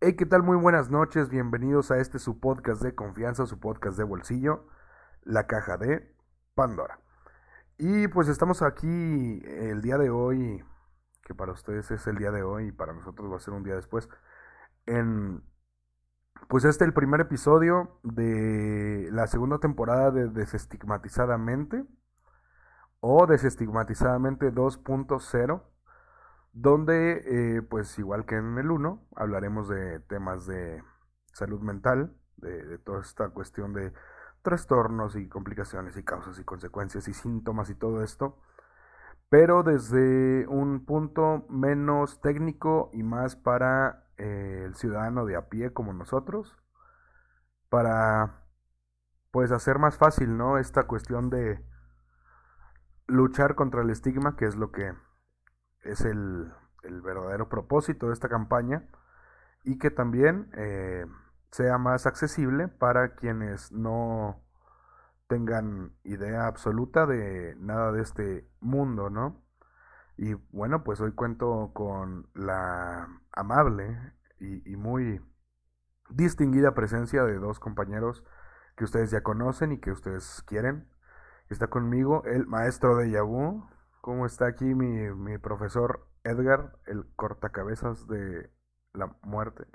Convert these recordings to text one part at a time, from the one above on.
Hey, ¿qué tal? Muy buenas noches, bienvenidos a este su podcast de confianza, su podcast de bolsillo, La Caja de Pandora. Y pues estamos aquí el día de hoy, que para ustedes es el día de hoy y para nosotros va a ser un día después, en pues el primer episodio de la segunda temporada de Desestigmatizadamente o Desestigmatizadamente 2.0, donde pues igual que en el uno hablaremos de temas de salud mental, de toda esta cuestión de trastornos y complicaciones y causas y consecuencias y síntomas y todo esto, pero desde un punto menos técnico y más para el ciudadano de a pie como nosotros, para pues hacer más fácil, ¿no? Esta cuestión de luchar contra el estigma, que es lo que es el verdadero propósito de esta campaña, y que también sea más accesible para quienes no tengan idea absoluta de nada de este mundo, ¿no? Y bueno, pues hoy cuento con la amable y muy distinguida presencia de dos compañeros que ustedes ya conocen y que ustedes quieren. Está conmigo el maestro de Yabú. ¿Cómo está aquí mi profesor Edgar, el cortacabezas de la muerte?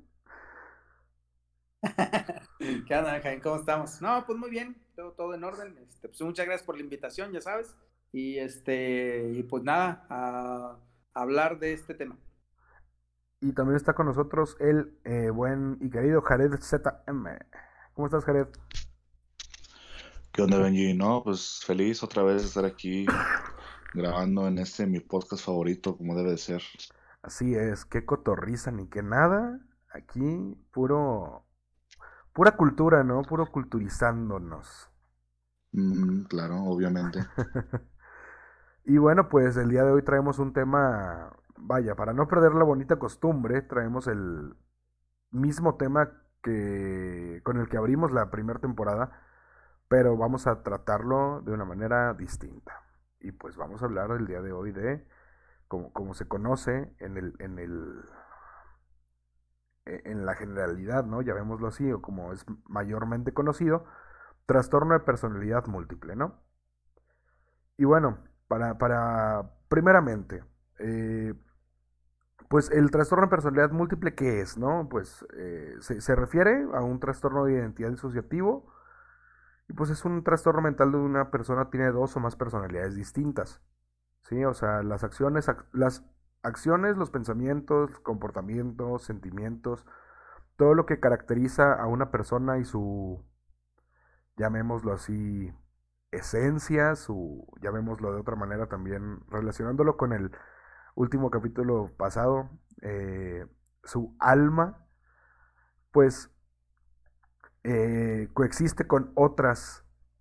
¿Qué onda, Jaime? ¿Cómo estamos? No, pues muy bien, todo en orden. Pues muchas gracias por la invitación, ya sabes. Y pues nada, a hablar de este tema. Y también está con nosotros el buen y querido Jared ZM. ¿Cómo estás, Jared? ¿Qué onda, Benji? No, pues feliz otra vez de estar aquí grabando en este mi podcast favorito, como debe de ser. Así es, qué cotorriza ni qué nada. Aquí pura cultura, ¿no? Puro culturizándonos. Claro, obviamente. Y bueno, pues el día de hoy traemos un tema, vaya, para no perder la bonita costumbre, traemos el mismo tema que con el que abrimos la primera temporada, pero vamos a tratarlo de una manera distinta. Y pues vamos a hablar el día de hoy de, como se conoce en la generalidad, ¿no? Llamémoslo así, o como es mayormente conocido, trastorno de personalidad múltiple, ¿no? Y bueno, primeramente, eh, pues el trastorno de personalidad múltiple, ¿qué es, no? Pues se refiere a un trastorno de identidad disociativo y pues es un trastorno mental donde una persona tiene dos o más personalidades distintas, ¿sí? O sea, las acciones, los pensamientos, comportamientos, sentimientos, todo lo que caracteriza a una persona y su, llamémoslo así, esencia, su, llamémoslo de otra manera también, relacionándolo con el último capítulo pasado, su alma, pues coexiste con otras,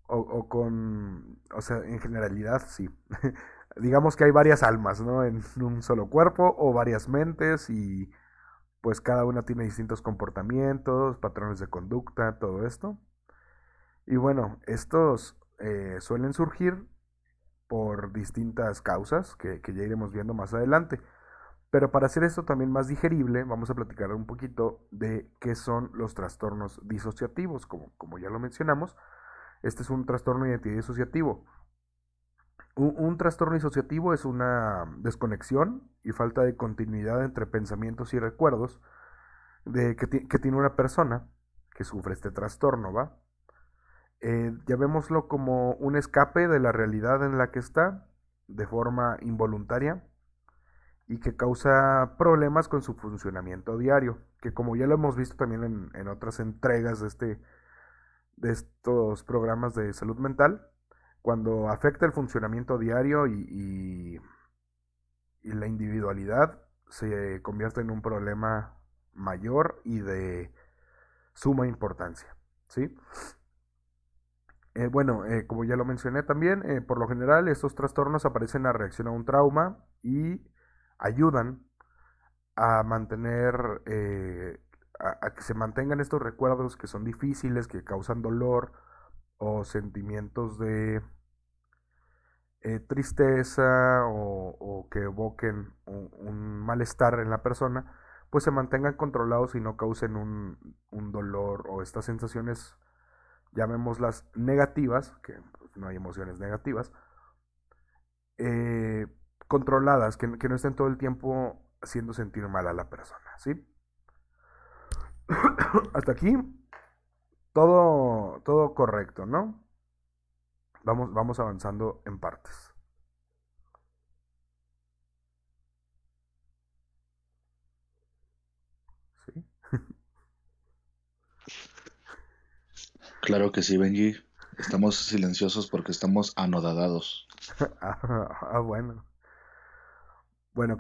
o sea, en generalidad, sí. Digamos que hay varias almas, ¿no? En un solo cuerpo o varias mentes y pues cada una tiene distintos comportamientos, patrones de conducta, todo esto. Y bueno, estos suelen surgir por distintas causas que ya iremos viendo más adelante. Pero para hacer esto también más digerible, vamos a platicar un poquito de qué son los trastornos disociativos. Como ya lo mencionamos, este es un trastorno de identidad disociativo. Un trastorno disociativo es una desconexión y falta de continuidad entre pensamientos y recuerdos que tiene una persona que sufre este trastorno, ¿va? Llamémoslo como un escape de la realidad en la que está de forma involuntaria y que causa problemas con su funcionamiento diario, que como ya lo hemos visto también en otras entregas de estos programas de salud mental, cuando afecta el funcionamiento diario y la individualidad, se convierte en un problema mayor y de suma importancia, ¿sí? Bueno, como ya lo mencioné también, por lo general estos trastornos aparecen a reacción a un trauma y ayudan a mantener, a que se mantengan estos recuerdos que son difíciles, que causan dolor o sentimientos de tristeza o que evoquen un malestar en la persona, pues se mantengan controlados y no causen un dolor o estas sensaciones, llamémoslas negativas, que pues, no hay emociones negativas, eh, controladas, que no estén todo el tiempo haciendo sentir mal a la persona, ¿sí? Hasta aquí, todo correcto, ¿no? Vamos avanzando en partes. ¿Sí? Claro que sí, Benji. Estamos silenciosos porque estamos anodadados. Bueno. Bueno,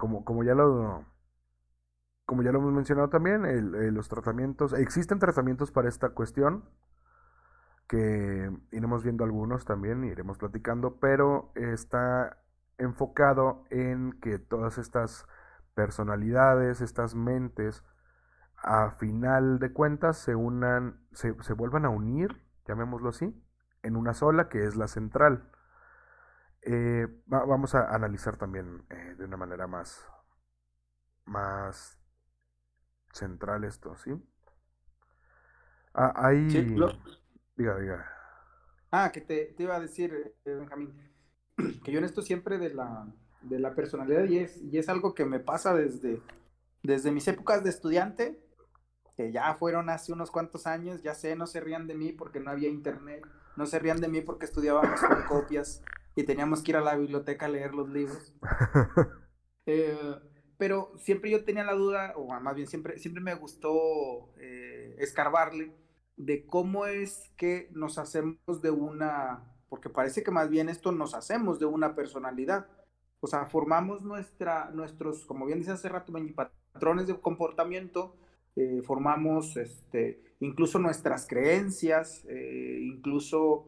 como ya lo hemos mencionado también, los tratamientos, existen tratamientos para esta cuestión, que iremos viendo algunos también, iremos platicando, pero está enfocado en que todas estas personalidades, estas mentes, a final de cuentas se unan, se vuelvan a unir, llamémoslo así, en una sola que es la central. Vamos a analizar también de una manera más central esto, ¿sí? Sí, Ahí, diga. que te iba a decir, Benjamín, que yo en esto siempre de la personalidad y es algo que me pasa desde mis épocas de estudiante, que ya fueron hace unos cuantos años, ya sé, no se rían de mí porque no había internet, no se rían de mí porque estudiábamos con copias y teníamos que ir a la biblioteca a leer los libros. Eh, pero siempre yo tenía la duda, o más bien siempre me gustó escarbarle de cómo es que nos hacemos de una, porque parece que más bien esto nos hacemos de una personalidad. O sea, formamos nuestros, como bien dice hace rato, patrones de comportamiento, formamos incluso nuestras creencias, incluso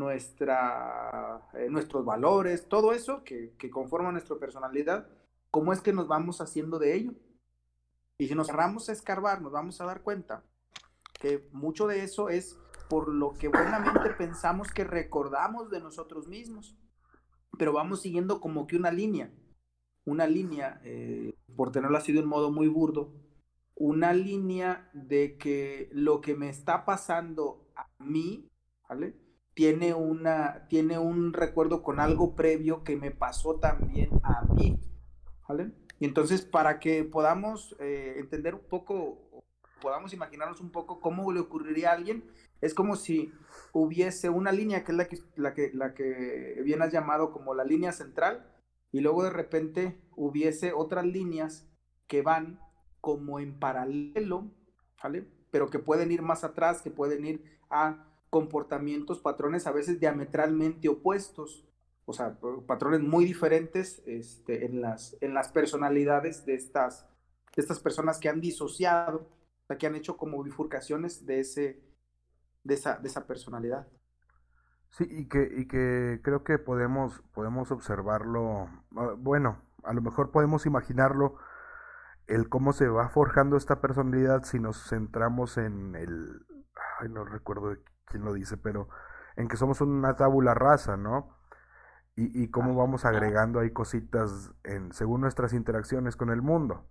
nuestros valores, todo eso que conforma nuestra personalidad. ¿Cómo es que nos vamos haciendo de ello? Y si nos cerramos a escarbar, nos vamos a dar cuenta que mucho de eso es por lo que buenamente pensamos que recordamos de nosotros mismos, pero vamos siguiendo como que una línea, por tenerlo así de un modo muy burdo, una línea de que lo que me está pasando a mí, ¿vale? Tiene un recuerdo con algo previo que me pasó también a mí, ¿vale? Y entonces, para que podamos entender un poco, podamos imaginarnos un poco cómo le ocurriría a alguien, es como si hubiese una línea que es la que bien has llamado como la línea central, y luego de repente hubiese otras líneas que van como en paralelo, ¿vale? Pero que pueden ir más atrás, que pueden ir a comportamientos, patrones a veces diametralmente opuestos, o sea, patrones muy diferentes en las personalidades de estas personas que han disociado, o sea, que han hecho como bifurcaciones de esa personalidad. Sí, y que creo que podemos observarlo, bueno, a lo mejor podemos imaginarlo, el cómo se va forjando esta personalidad si nos centramos en ay, no recuerdo quién lo dice, pero en que somos una tabula rasa, ¿no? Y cómo Ah, vamos agregando ahí cositas según nuestras interacciones con el mundo.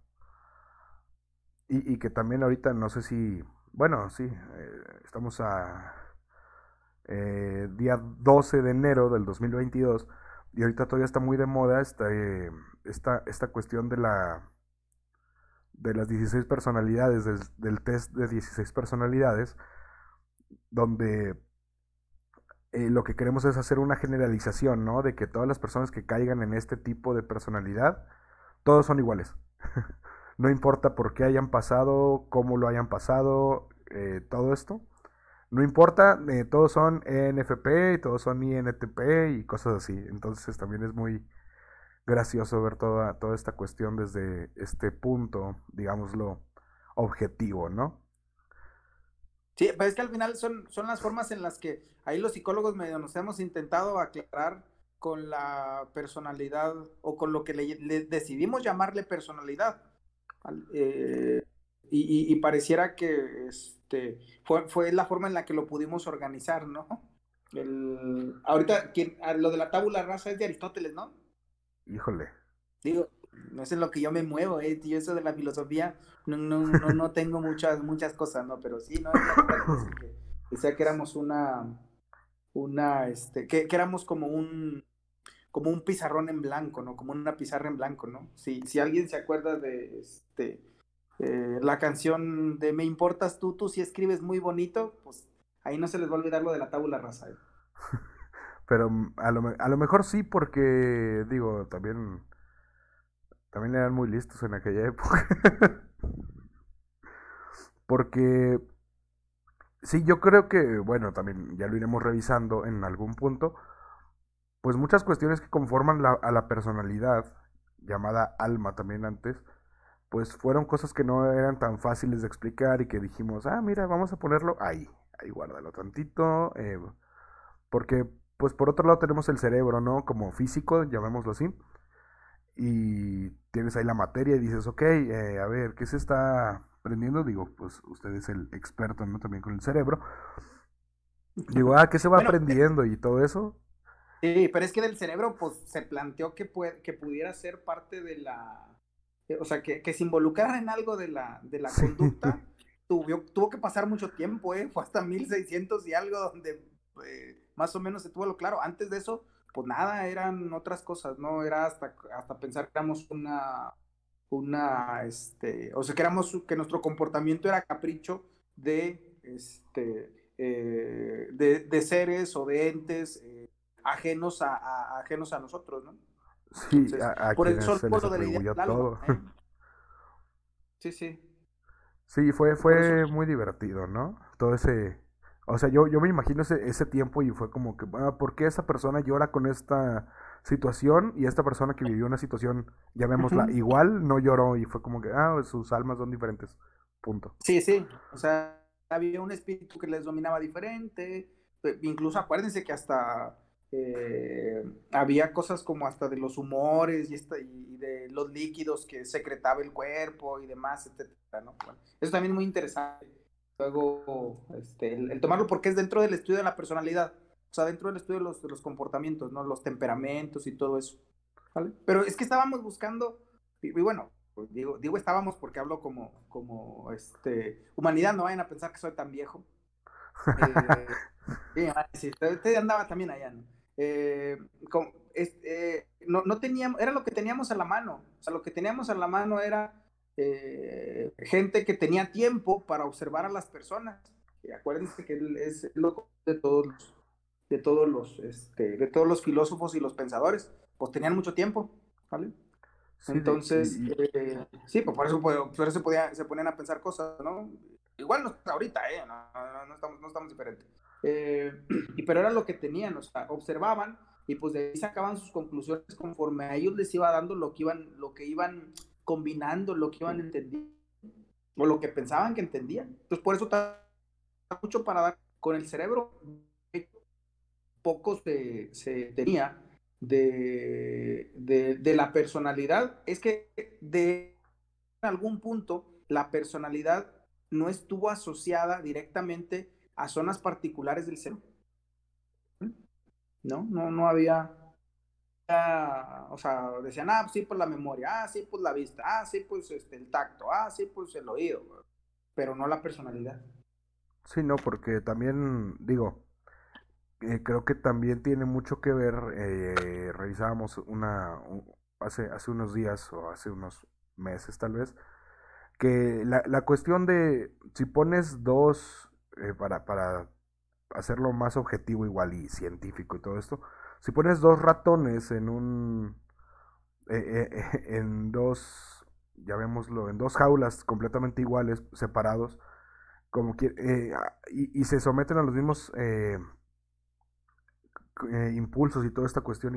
Y que también ahorita no sé si, bueno, sí, estamos a día 12 de enero del 2022 y ahorita todavía está muy de moda esta cuestión de las 16 personalidades, del test de 16 personalidades, donde lo que queremos es hacer una generalización, ¿no? De que todas las personas que caigan en este tipo de personalidad, todos son iguales. No importa por qué hayan pasado, cómo lo hayan pasado, todo esto. No importa, todos son ENFP, todos son INTP y cosas así. Entonces también es muy gracioso ver toda esta cuestión desde este punto, digámoslo, objetivo, ¿no? sí, pero es que al final son las formas en las que ahí los psicólogos medio nos hemos intentado aclarar con la personalidad o con lo que le decidimos llamarle personalidad. Eh, y pareciera que fue la forma en la que lo pudimos organizar, ¿no? Ahorita, lo de la tabula rasa es de Aristóteles, ¿no? Híjole. Digo, no es en lo que yo me muevo, tío, eso de la filosofía, no tengo muchas cosas, ¿no? Pero sí, ¿no? Es la que decía que éramos que éramos como un pizarrón en blanco, ¿no? Como una pizarra en blanco, ¿no? Si alguien se acuerda de la canción de Me importas tú si escribes muy bonito, pues ahí no se les va a olvidar lo de la tabula rasa. Pero a lo mejor sí, porque, digo, también eran muy listos en aquella época. Porque sí, yo creo que, bueno, también ya lo iremos revisando en algún punto, pues muchas cuestiones que conforman a la personalidad, llamada alma también antes, pues fueron cosas que no eran tan fáciles de explicar y que dijimos, ah, mira, vamos a ponerlo ahí guárdalo tantito, porque pues por otro lado tenemos el cerebro, ¿no? Como físico, llamémoslo así, y tienes ahí la materia y dices, ok, a ver, ¿qué se está aprendiendo? Digo, pues usted es el experto, ¿no? También con el cerebro. Digo, ¿qué se va Bueno, aprendiendo y todo eso? sí, pero es que del cerebro, pues se planteó que pudiera ser parte de o sea, que se involucrara en algo de la Sí. conducta, tuvo que pasar mucho tiempo, fue hasta 1600 y algo donde más o menos se tuvo lo claro. Antes de eso, pues nada, eran otras cosas, ¿no? Era hasta pensar que éramos o sea, que nuestro comportamiento era capricho de seres o de entes ajenos a nosotros, ¿no? Sí, Entonces, a por quienes eso se luego les lo de la idea atribuyó del alma, todo. Sí, sí. Sí, Por eso. fue muy divertido, ¿no? Todo ese... O sea, yo me imagino ese tiempo y fue como que, ¿por qué esa persona llora con esta situación y esta persona que vivió una situación, llamémosla, Ujú. igual, no lloró y fue como que, sus almas son diferentes. Punto. Sí, sí. O sea, había un espíritu que les dominaba diferente. Incluso acuérdense que hasta había cosas como hasta de los humores y de los líquidos que secretaba el cuerpo y demás, etcétera, ¿no? Bueno, eso también es muy interesante. Luego, el tomarlo porque es dentro del estudio de la personalidad, o sea, dentro del estudio de los comportamientos, ¿no? Los temperamentos y todo eso, ¿vale? Pero es que estábamos buscando, y bueno, pues digo estábamos porque hablo como humanidad, no vayan a pensar que soy tan viejo. Eh, sí, sí, usted andaba también allá, ¿no? Eh, no teníamos, era lo que teníamos a la mano, o sea, lo que teníamos a la mano era gente que tenía tiempo para observar a las personas. Y acuérdense que él es loco de todos los filósofos y los pensadores, pues tenían mucho tiempo, ¿vale? Sí, Entonces, sí, pues por eso se ponían a pensar cosas, ¿no? Igual no está ahorita, no estamos diferentes. Pero era lo que tenían, o sea, observaban y pues de ahí sacaban sus conclusiones conforme a ellos les iba dando lo que iban combinando, lo que iban entendiendo, o lo que pensaban que entendían. Entonces, por eso está mucho para dar con el cerebro, poco se tenía de la personalidad. Es que de algún punto la personalidad no estuvo asociada directamente a zonas particulares del cerebro, no había, o sea, decían, pues sí, pues la memoria, sí, pues la vista, sí, pues el tacto, sí, pues el oído, pero no la personalidad. sí, no, porque también, digo, creo que también tiene mucho que ver, revisábamos hace unos días o hace unos meses tal vez, que la cuestión de si pones dos, para hacerlo más objetivo igual y científico y todo esto, si pones dos ratones en dos, llamémoslo, en dos jaulas completamente iguales, separados, y se someten a los mismos impulsos y toda esta cuestión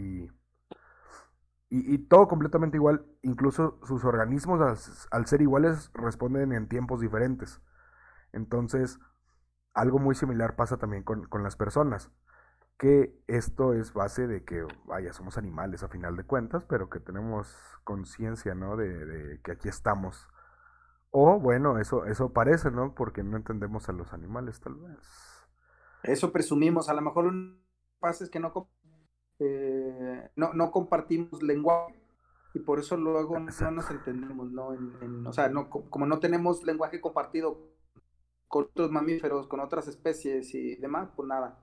y todo completamente igual, incluso sus organismos al ser iguales responden en tiempos diferentes. Entonces, algo muy similar pasa también con las personas, que esto es base de que, vaya, somos animales a final de cuentas, pero que tenemos conciencia, ¿no? De que aquí estamos. O bueno, eso parece, ¿no? Porque no entendemos a los animales, tal vez. Eso presumimos, a lo mejor lo que pasa es que no compartimos lenguaje, y por eso luego no Exacto. nos entendemos, ¿no? O sea, no, como no tenemos lenguaje compartido con otros mamíferos, con otras especies y demás, pues nada.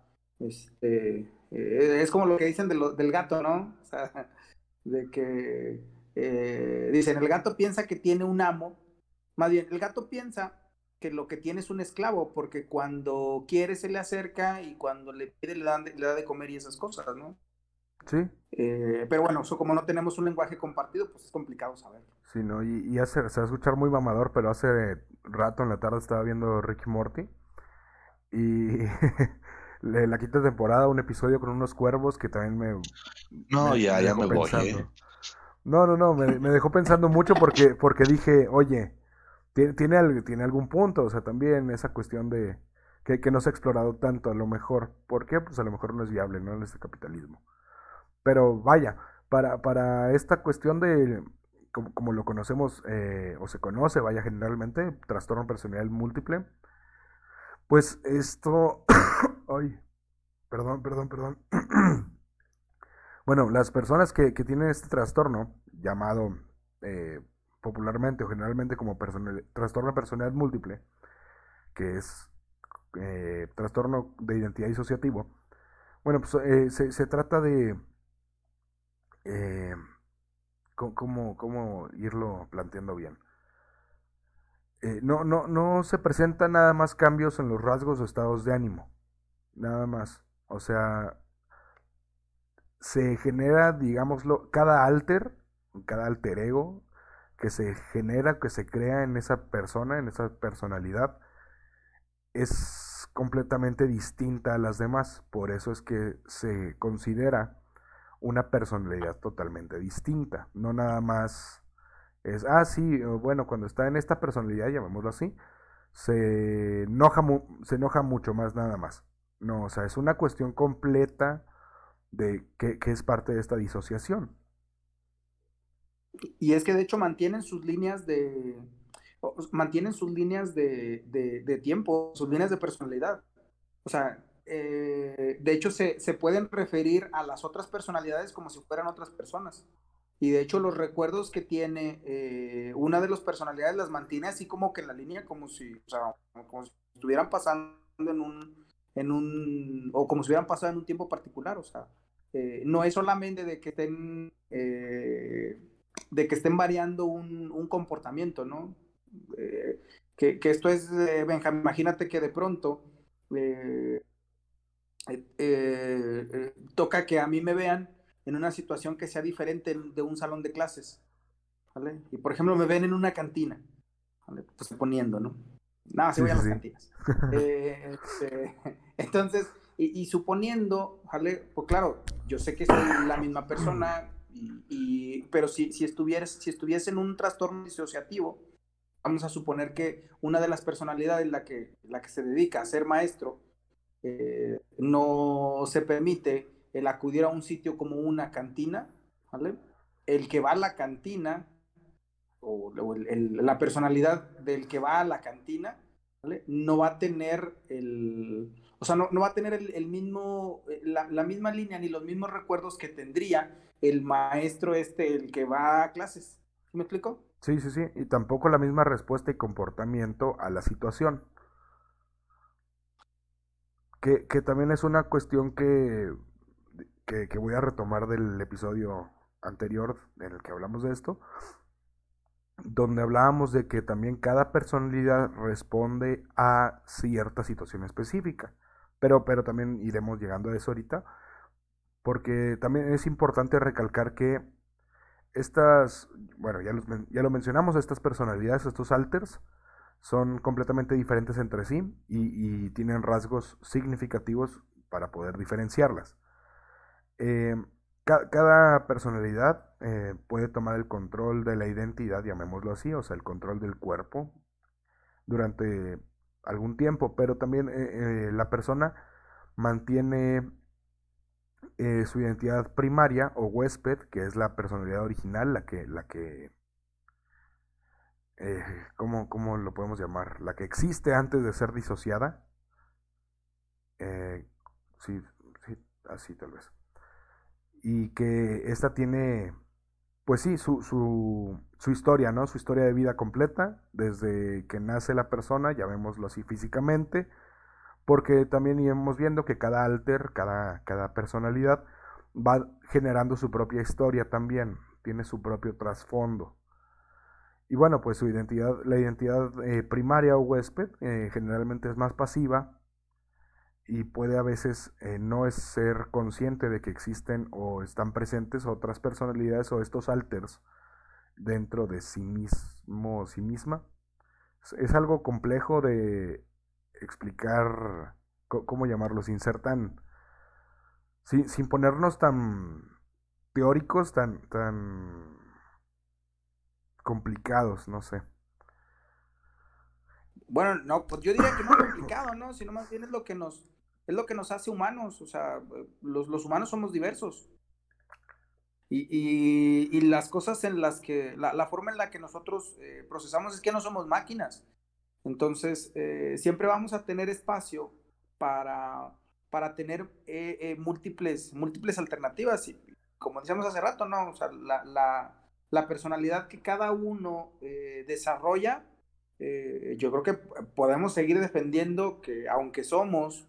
Es como lo que dicen del gato, ¿no? O sea, de que dicen, el gato piensa que tiene un amo, más bien, el gato piensa que lo que tiene es un esclavo, porque cuando quiere se le acerca y cuando le pide le da de comer y esas cosas, ¿no? Sí, Pero bueno, eso como no tenemos un lenguaje compartido, pues es complicado saberlo. sí, ¿no? Y se va a escuchar muy mamador, pero hace rato en la tarde estaba viendo Ricky Morty y la quinta temporada, un episodio con unos cuervos que también No, me ya dejó me voy, ¿eh? pensando. No, no, no, me dejó pensando mucho porque dije, oye, tiene algún punto, o sea, también esa cuestión de que no se ha explorado tanto, a lo mejor. ¿Por qué? Pues a lo mejor no es viable, ¿no? En este capitalismo. Pero vaya, para esta cuestión de, como lo conocemos o se conoce, vaya, generalmente, trastorno personalidad múltiple, pues esto, ay, perdón, perdón, perdón. Bueno, las personas que tienen este trastorno, llamado eh, popularmente o generalmente como trastorno de personalidad múltiple, que es trastorno de identidad disociativo, bueno, pues se trata de eh, cómo irlo planteando bien. No se presentan nada más cambios en los rasgos o estados de ánimo, nada más. O sea, se genera, digámoslo, cada alter ego que se genera, que se crea en esa persona, en esa personalidad, es completamente distinta a las demás. Por eso es que se considera una personalidad totalmente distinta. No nada más es, sí, bueno, cuando está en esta personalidad, llamémoslo así, se enoja mucho más nada más. No, o sea, es una cuestión completa de que es parte de esta disociación. Y es que de hecho mantienen sus líneas de tiempo, sus líneas de personalidad. O sea, de hecho se pueden referir a las otras personalidades como si fueran otras personas. Y de hecho los recuerdos que tiene una de las personalidades las mantiene así como que en la línea, como si, o sea, como si estuvieran pasando o como si hubieran pasado en un tiempo particular. O sea, no es solamente de que estén variando un comportamiento, ¿no? Eh, que esto es, Benjamín, imagínate que de pronto eh, toca que a mí me vean en una situación que sea diferente de un salón de clases, ¿vale? Y por ejemplo me ven en una cantina, ¿vale? Pues poniendo, ¿no? Nada, sí Sí, voy a sí, las sí. cantinas. Entonces, y suponiendo, ¿vale? Pues claro, yo sé que soy la misma persona, pero si estuviese en un trastorno disociativo, vamos a suponer que una de las personalidades, la que se dedica a ser maestro, no se permite el acudir a un sitio como una cantina, ¿vale? El que va a la cantina, la personalidad del que va a la cantina, ¿vale? No va a tener o sea, no va a tener el mismo, la misma línea ni los mismos recuerdos que tendría el maestro el que va a clases. ¿Sí me explico? Sí, sí, sí. Y tampoco la misma respuesta y comportamiento a la situación. Que también es una cuestión que voy a retomar del episodio anterior en el que hablamos de esto, donde hablábamos de que también cada personalidad responde a cierta situación específica. Pero también iremos llegando a eso ahorita, porque también es importante recalcar que estas, bueno, ya lo mencionamos, estas personalidades, estos alters, son completamente diferentes entre sí y tienen rasgos significativos para poder diferenciarlas. Eh, cada personalidad puede tomar el control de la identidad, llamémoslo así, o sea, el control del cuerpo durante algún tiempo, pero también la persona mantiene su identidad primaria o huésped, que es la personalidad original, eh, ¿cómo lo podemos llamar? La que existe antes de ser disociada. Eh, sí, sí, así tal vez. Y que esta tiene pues sí, su historia, ¿no? Su historia de vida completa, desde que nace la persona, llamémoslo así físicamente, porque también iremos viendo que cada alter, cada personalidad va generando su propia historia también, tiene su propio trasfondo. Y bueno, pues la identidad primaria o huésped generalmente es más pasiva y puede a veces no es ser consciente de que existen o están presentes otras personalidades o estos alters dentro de sí mismo o sí misma. Es algo complejo de explicar, ¿cómo llamarlo? Sin ser sin ponernos tan teóricos, tan complicados, no sé. Bueno, no, pues yo diría que no complicado, ¿no? Sino más bien es lo que nos hace humanos, o sea, los humanos somos diversos. Y las cosas en las que, la forma en la que nosotros procesamos es que no somos máquinas. Entonces, siempre vamos a tener espacio para, para tener múltiples alternativas. Y como decíamos hace rato, ¿no? O sea, la personalidad que cada uno desarrolla, yo creo que podemos seguir defendiendo que aunque somos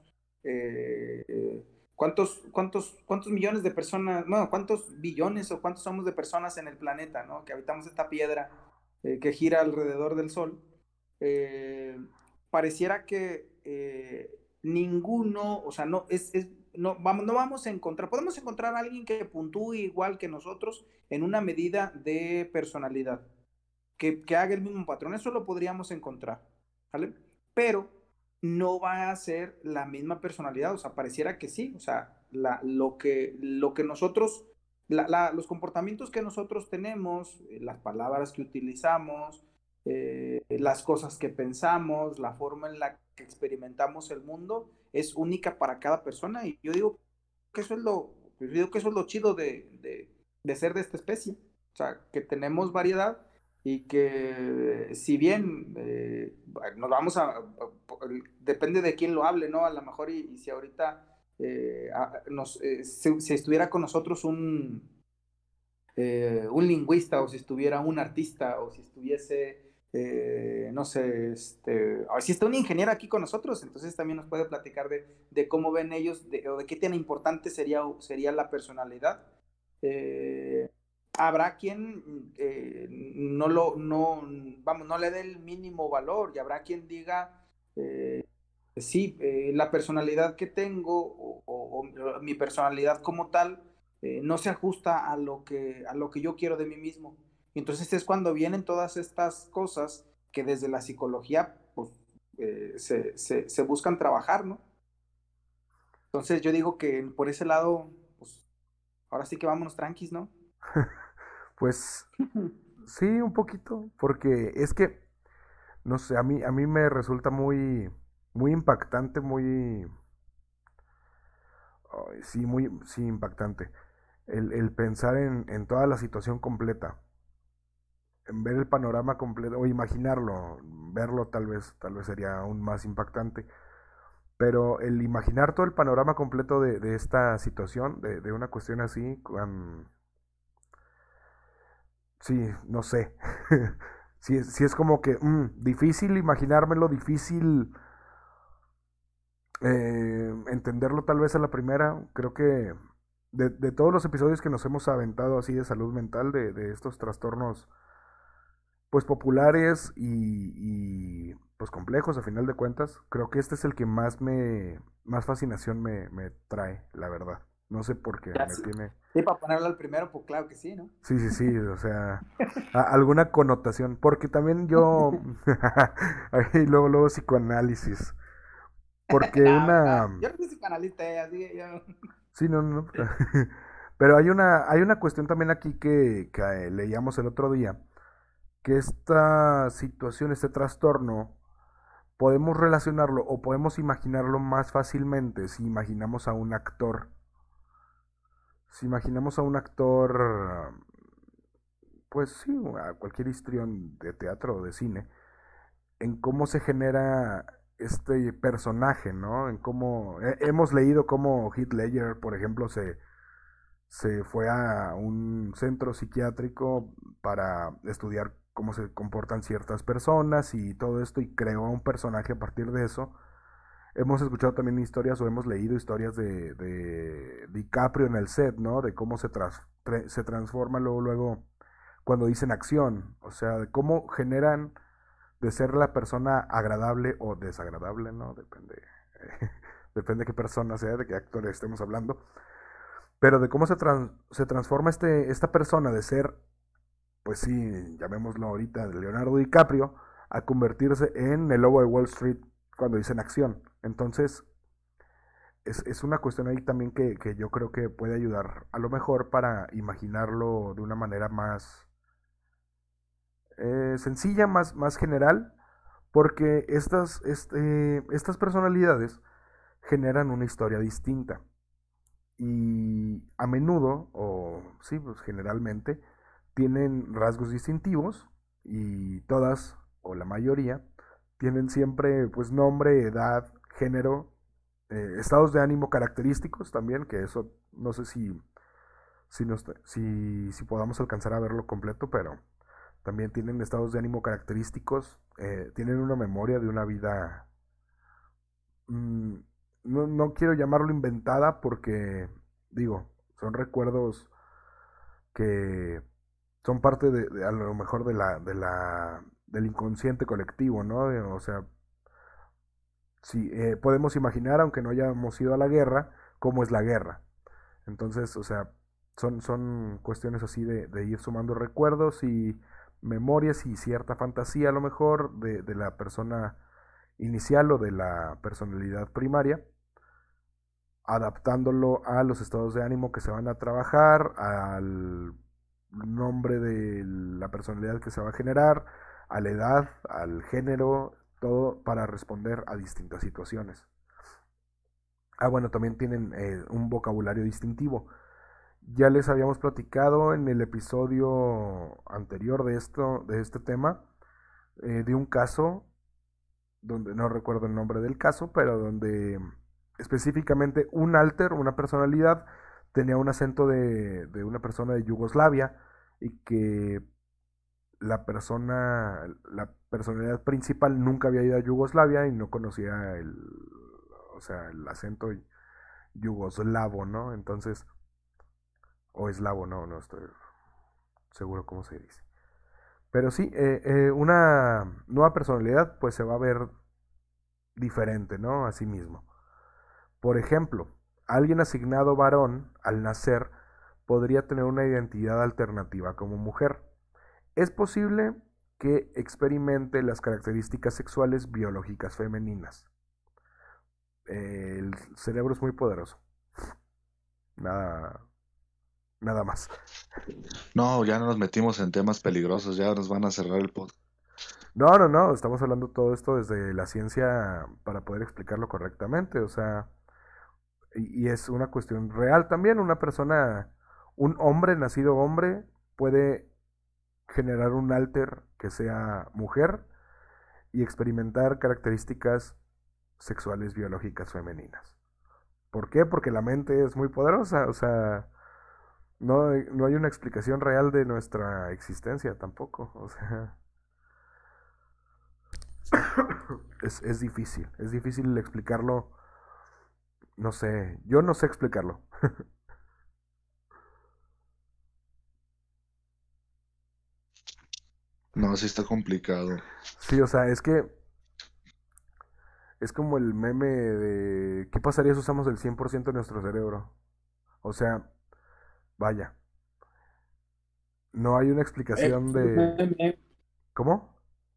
cuántos millones de personas, bueno, cuántos billones o cuántos somos de personas en el planeta, ¿no? Que habitamos esta piedra que gira alrededor del Sol. eh, Pareciera que ninguno, o sea, no vamos a encontrar, podemos encontrar a alguien que puntúe igual que nosotros en una medida de personalidad, que haga el mismo patrón, eso lo podríamos encontrar, ¿vale? Pero no va a ser la misma personalidad, o sea, pareciera que sí, o sea, lo que nosotros, los comportamientos que nosotros tenemos, las palabras que utilizamos, las cosas que pensamos, la forma en la que experimentamos el mundo, es única para cada persona y que eso es yo digo que eso es lo chido de ser de esta especie, o sea, que tenemos variedad y que si bien nos vamos depende de quién lo hable, ¿no? A lo mejor y si ahorita si estuviera con nosotros un lingüista o si estuviera un artista o si estuviese, no sé, a ver si está un ingeniero aquí con nosotros, entonces también nos puede platicar de cómo ven ellos o de qué tan importante sería la personalidad. Eh, Habrá quien vamos, no le dé el mínimo valor y habrá quien diga, sí, la personalidad que tengo o mi personalidad como tal no se ajusta a lo que yo quiero de mí mismo. Y entonces es cuando vienen todas estas cosas que desde la psicología pues, se buscan trabajar, ¿no? Entonces yo digo que por ese lado, pues ahora sí que vámonos tranquis, ¿no? Pues sí, un poquito, porque es que, no sé, a mí me resulta muy impactante, ay, sí, sí, impactante, el pensar en toda la situación completa, en ver el panorama completo, o imaginarlo, verlo tal vez sería aún más impactante, pero el imaginar todo el panorama completo de esta situación, de una cuestión así, sí, no sé. Sí es como que difícil imaginármelo, difícil entenderlo tal vez a la primera. Creo que de todos los episodios que nos hemos aventado así de salud mental, de estos trastornos pues populares pues complejos a final de cuentas, creo que este es el que más fascinación me trae, la verdad. No sé por qué, Ya, me sí. tiene. Sí, para ponerlo al primero, pues claro que sí, ¿no? Sí, sí, sí, o sea, alguna connotación, porque también yo, ahí luego psicoanálisis, porque No, hombre, no. una, Yo no soy psicoanalista, así que yo... sí, no, no, pero hay una cuestión también aquí que leíamos el otro día, que esta situación, este trastorno, podemos relacionarlo o podemos imaginarlo más fácilmente si imaginamos a un actor. Si imaginamos a un actor, pues sí, a cualquier histrión de teatro o de cine, en cómo se genera este personaje, ¿no? En cómo hemos leído cómo Heath Ledger, por ejemplo, se fue a un centro psiquiátrico para estudiar cómo se comportan ciertas personas y todo esto y creó a un personaje a partir de eso. Hemos escuchado también historias o hemos leído historias de DiCaprio en el set, ¿no? De cómo se transforma luego cuando dicen acción, o sea, de cómo generan de ser la persona agradable o desagradable, ¿no? Depende, depende de qué persona sea, de qué actor estemos hablando, pero de cómo se transforma esta persona de ser, pues sí, llamémoslo ahorita, de Leonardo DiCaprio, a convertirse en el lobo de Wall Street cuando dicen acción. Entonces, es una cuestión ahí también que yo creo que puede ayudar a lo mejor para imaginarlo de una manera más sencilla, más general, porque estas personalidades generan una historia distinta y a menudo, o sí, pues generalmente, tienen rasgos distintivos y todas, o la mayoría, tienen siempre pues nombre, edad, género, estados de ánimo característicos también, que eso no sé si podamos alcanzar a verlo completo, pero también tienen estados de ánimo característicos, tienen una memoria de una vida, mm, no quiero llamarlo inventada porque, digo, son recuerdos que son parte a lo mejor del inconsciente colectivo, ¿no? O sea, si podemos imaginar, aunque no hayamos ido a la guerra, cómo es la guerra. Entonces, o sea, son cuestiones así de ir sumando recuerdos y memorias y cierta fantasía a lo mejor de la persona inicial o de la personalidad primaria, adaptándolo a los estados de ánimo que se van a trabajar, al nombre de la personalidad que se va a generar, a la edad, al género, todo para responder a distintas situaciones. Ah, bueno, también tienen un vocabulario distintivo. Ya les habíamos platicado en el episodio anterior de este tema, de un caso, donde no recuerdo el nombre del caso, pero donde específicamente un alter, una personalidad, tenía un acento de una persona de Yugoslavia y que la personalidad principal nunca había ido a Yugoslavia y no conocía o sea, el acento yugoslavo, ¿no? Entonces, o eslavo, no estoy seguro cómo se dice. Pero sí, una nueva personalidad pues se va a ver diferente, ¿no? A sí mismo. Por ejemplo, alguien asignado varón al nacer podría tener una identidad alternativa como mujer. Es posible que experimente las características sexuales biológicas femeninas. El cerebro es muy poderoso. Nada, nada más. No, ya no nos metimos en temas peligrosos, ya nos van a cerrar el podcast. No, estamos hablando todo esto desde la ciencia para poder explicarlo correctamente, o sea, y es una cuestión real también, una persona, un hombre nacido hombre puede generar un alter que sea mujer y experimentar características sexuales biológicas femeninas. ¿Por qué? Porque la mente es muy poderosa, o sea, no hay una explicación real de nuestra existencia tampoco, o sea, es difícil explicarlo, no sé, yo no sé explicarlo. No, sí está complicado. Sí, o sea, es que es como el meme de ¿qué pasaría si usamos el 100% de nuestro cerebro? O sea, vaya, no hay una explicación de... ¿Cómo?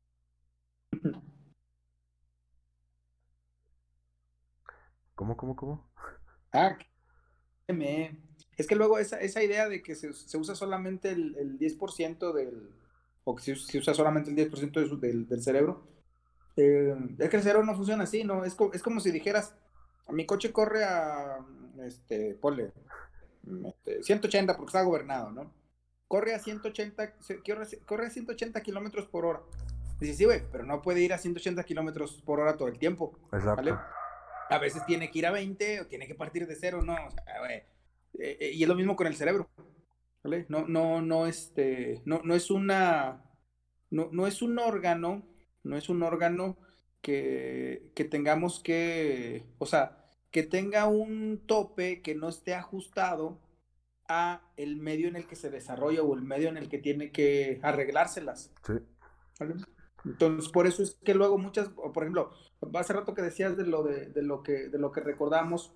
¿Cómo? Ah, es que luego esa idea de que se usa solamente el 10% o que se usa solamente el 10% del cerebro, es que el cerebro no funciona así, ¿no? Es como si dijeras, mi coche corre a, ponle, 180 porque está gobernado, ¿no? Corre a 180, corre a 180 kilómetros por hora. Dices, sí, güey, pero no puede ir a 180 kilómetros por hora todo el tiempo, Exacto. ¿vale? A veces tiene que ir a 20 o tiene que partir de cero, no, o sea, güey. y es lo mismo con el cerebro, ¿vale? No es no es un órgano, no es un órgano que tengamos que, o sea, que tenga un tope que no esté ajustado a el medio en el que se desarrolla o el medio en el que tiene que arreglárselas, Sí, ¿vale? Entonces, por eso es que luego muchas, por ejemplo, hace rato que decías de lo que recordamos,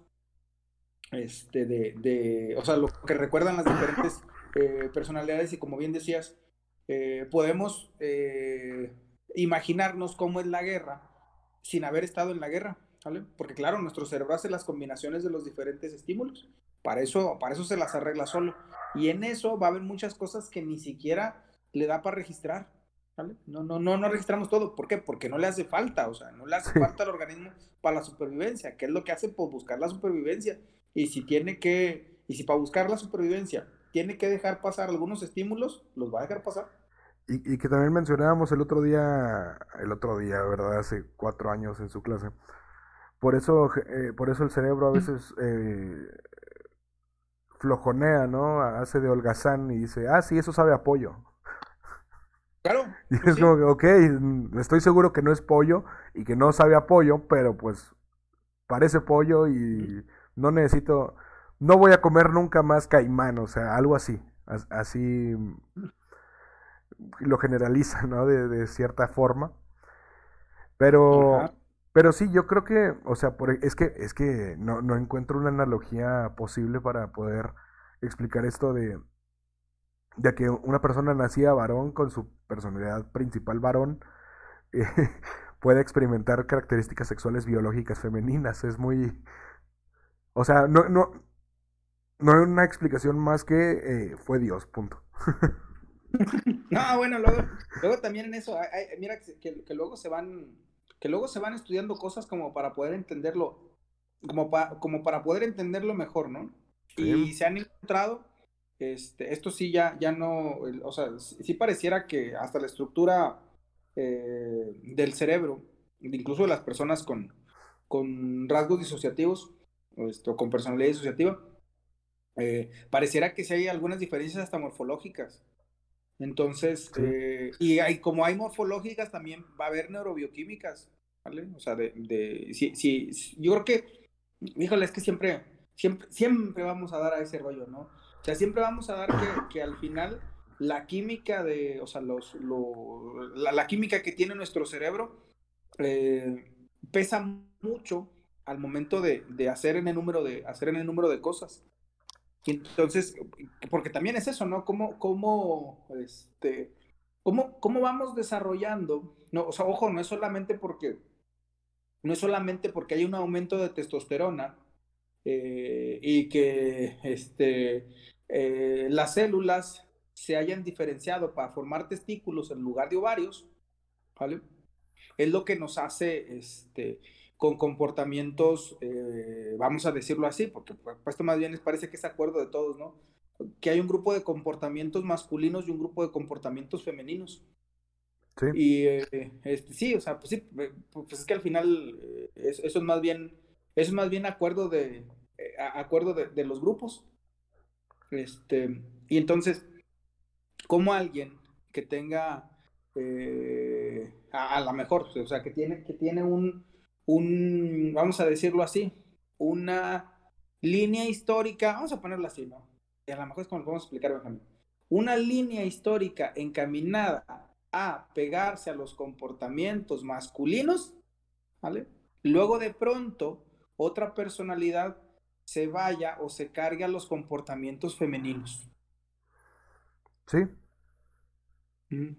o sea, lo que recuerdan las diferentes personalidades y como bien decías, podemos imaginarnos cómo es la guerra sin haber estado en la guerra, ¿vale? Porque claro, nuestro cerebro hace las combinaciones de los diferentes estímulos, para eso se las arregla solo. Y en eso va a haber muchas cosas que ni siquiera le da para registrar, ¿vale? No registramos todo. ¿Por qué? Porque no le hace falta, o sea, no le hace sí. falta al organismo para la supervivencia. ¿Qué es lo que hace? Pues buscar la supervivencia. Y si para buscar la supervivencia tiene que dejar pasar algunos estímulos, los va a dejar pasar. Y que también mencionábamos el otro día, ¿verdad? Hace 4 años en su clase. Por eso el cerebro a veces flojonea, ¿no? Hace de holgazán y dice, ah, sí, eso sabe a pollo. Claro, Y pues es como sí. que, ok, estoy seguro que no es pollo y que no sabe a pollo, pero pues parece pollo y no necesito, no voy a comer nunca más caimán, o sea, algo así. Así lo generaliza, ¿no? De cierta forma. Ajá. Pero sí, yo creo que, o sea, es que no encuentro una analogía posible para poder explicar esto de que una persona nacida varón con su personalidad principal varón eh, puede experimentar características sexuales biológicas femeninas. Es muy, o sea, no hay una explicación más que fue Dios, punto. No, bueno, luego también en eso, mira que luego que luego se van estudiando cosas como para poder entenderlo, como para poder entenderlo mejor, ¿no? Sí, Y se han encontrado, esto sí ya no, o sea, sí pareciera que hasta la estructura del cerebro, incluso de las personas con rasgos disociativos, o con personalidad disociativa, pareciera que sí hay algunas diferencias hasta morfológicas. Entonces, sí, como hay morfológicas, también va a haber neurobioquímicas, ¿vale? O sea, yo creo que, híjole, es que siempre vamos a dar a ese rollo, ¿no? O sea, siempre vamos a dar que al final la química o sea, la química que tiene nuestro cerebro eh, pesa mucho al momento de hacer en el número de cosas. Y entonces, porque también es eso, ¿no? ¿Cómo vamos desarrollando? No, o sea, ojo, no es solamente porque hay un aumento de testosterona y que las células se hayan diferenciado para formar testículos en lugar de ovarios, ¿vale? Es lo que nos hace con comportamientos, vamos a decirlo así, porque pues, esto más bien parece que es acuerdo de todos, ¿no? Que hay un grupo de comportamientos masculinos y un grupo de comportamientos femeninos. sí. Y sí, o sea, pues sí, pues es que al final eso es más bien acuerdo acuerdo de los grupos. Y entonces, como alguien que tenga, a lo mejor, o sea, que tiene vamos a decirlo así, una línea histórica, vamos a ponerlo así, ¿no? Y a lo mejor es como lo podemos explicar, Benjamín. Una línea histórica encaminada a pegarse a los comportamientos masculinos, ¿vale? Luego de pronto, otra personalidad se vaya o se cargue a los comportamientos femeninos. Sí, Mm.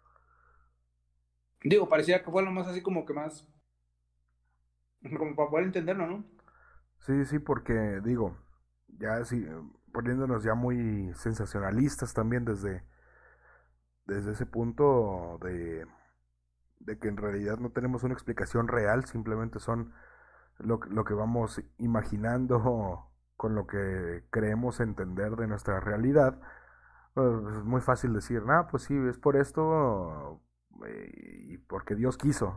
Digo, parecía que fue lo más así como que más, como para poder entenderlo, ¿no? sí, sí, porque digo, ya sí, poniéndonos ya muy sensacionalistas también desde ese punto de que en realidad no tenemos una explicación real, simplemente son lo que vamos imaginando con lo que creemos entender de nuestra realidad. Es muy fácil decir, ah, pues sí, es por esto y porque Dios quiso.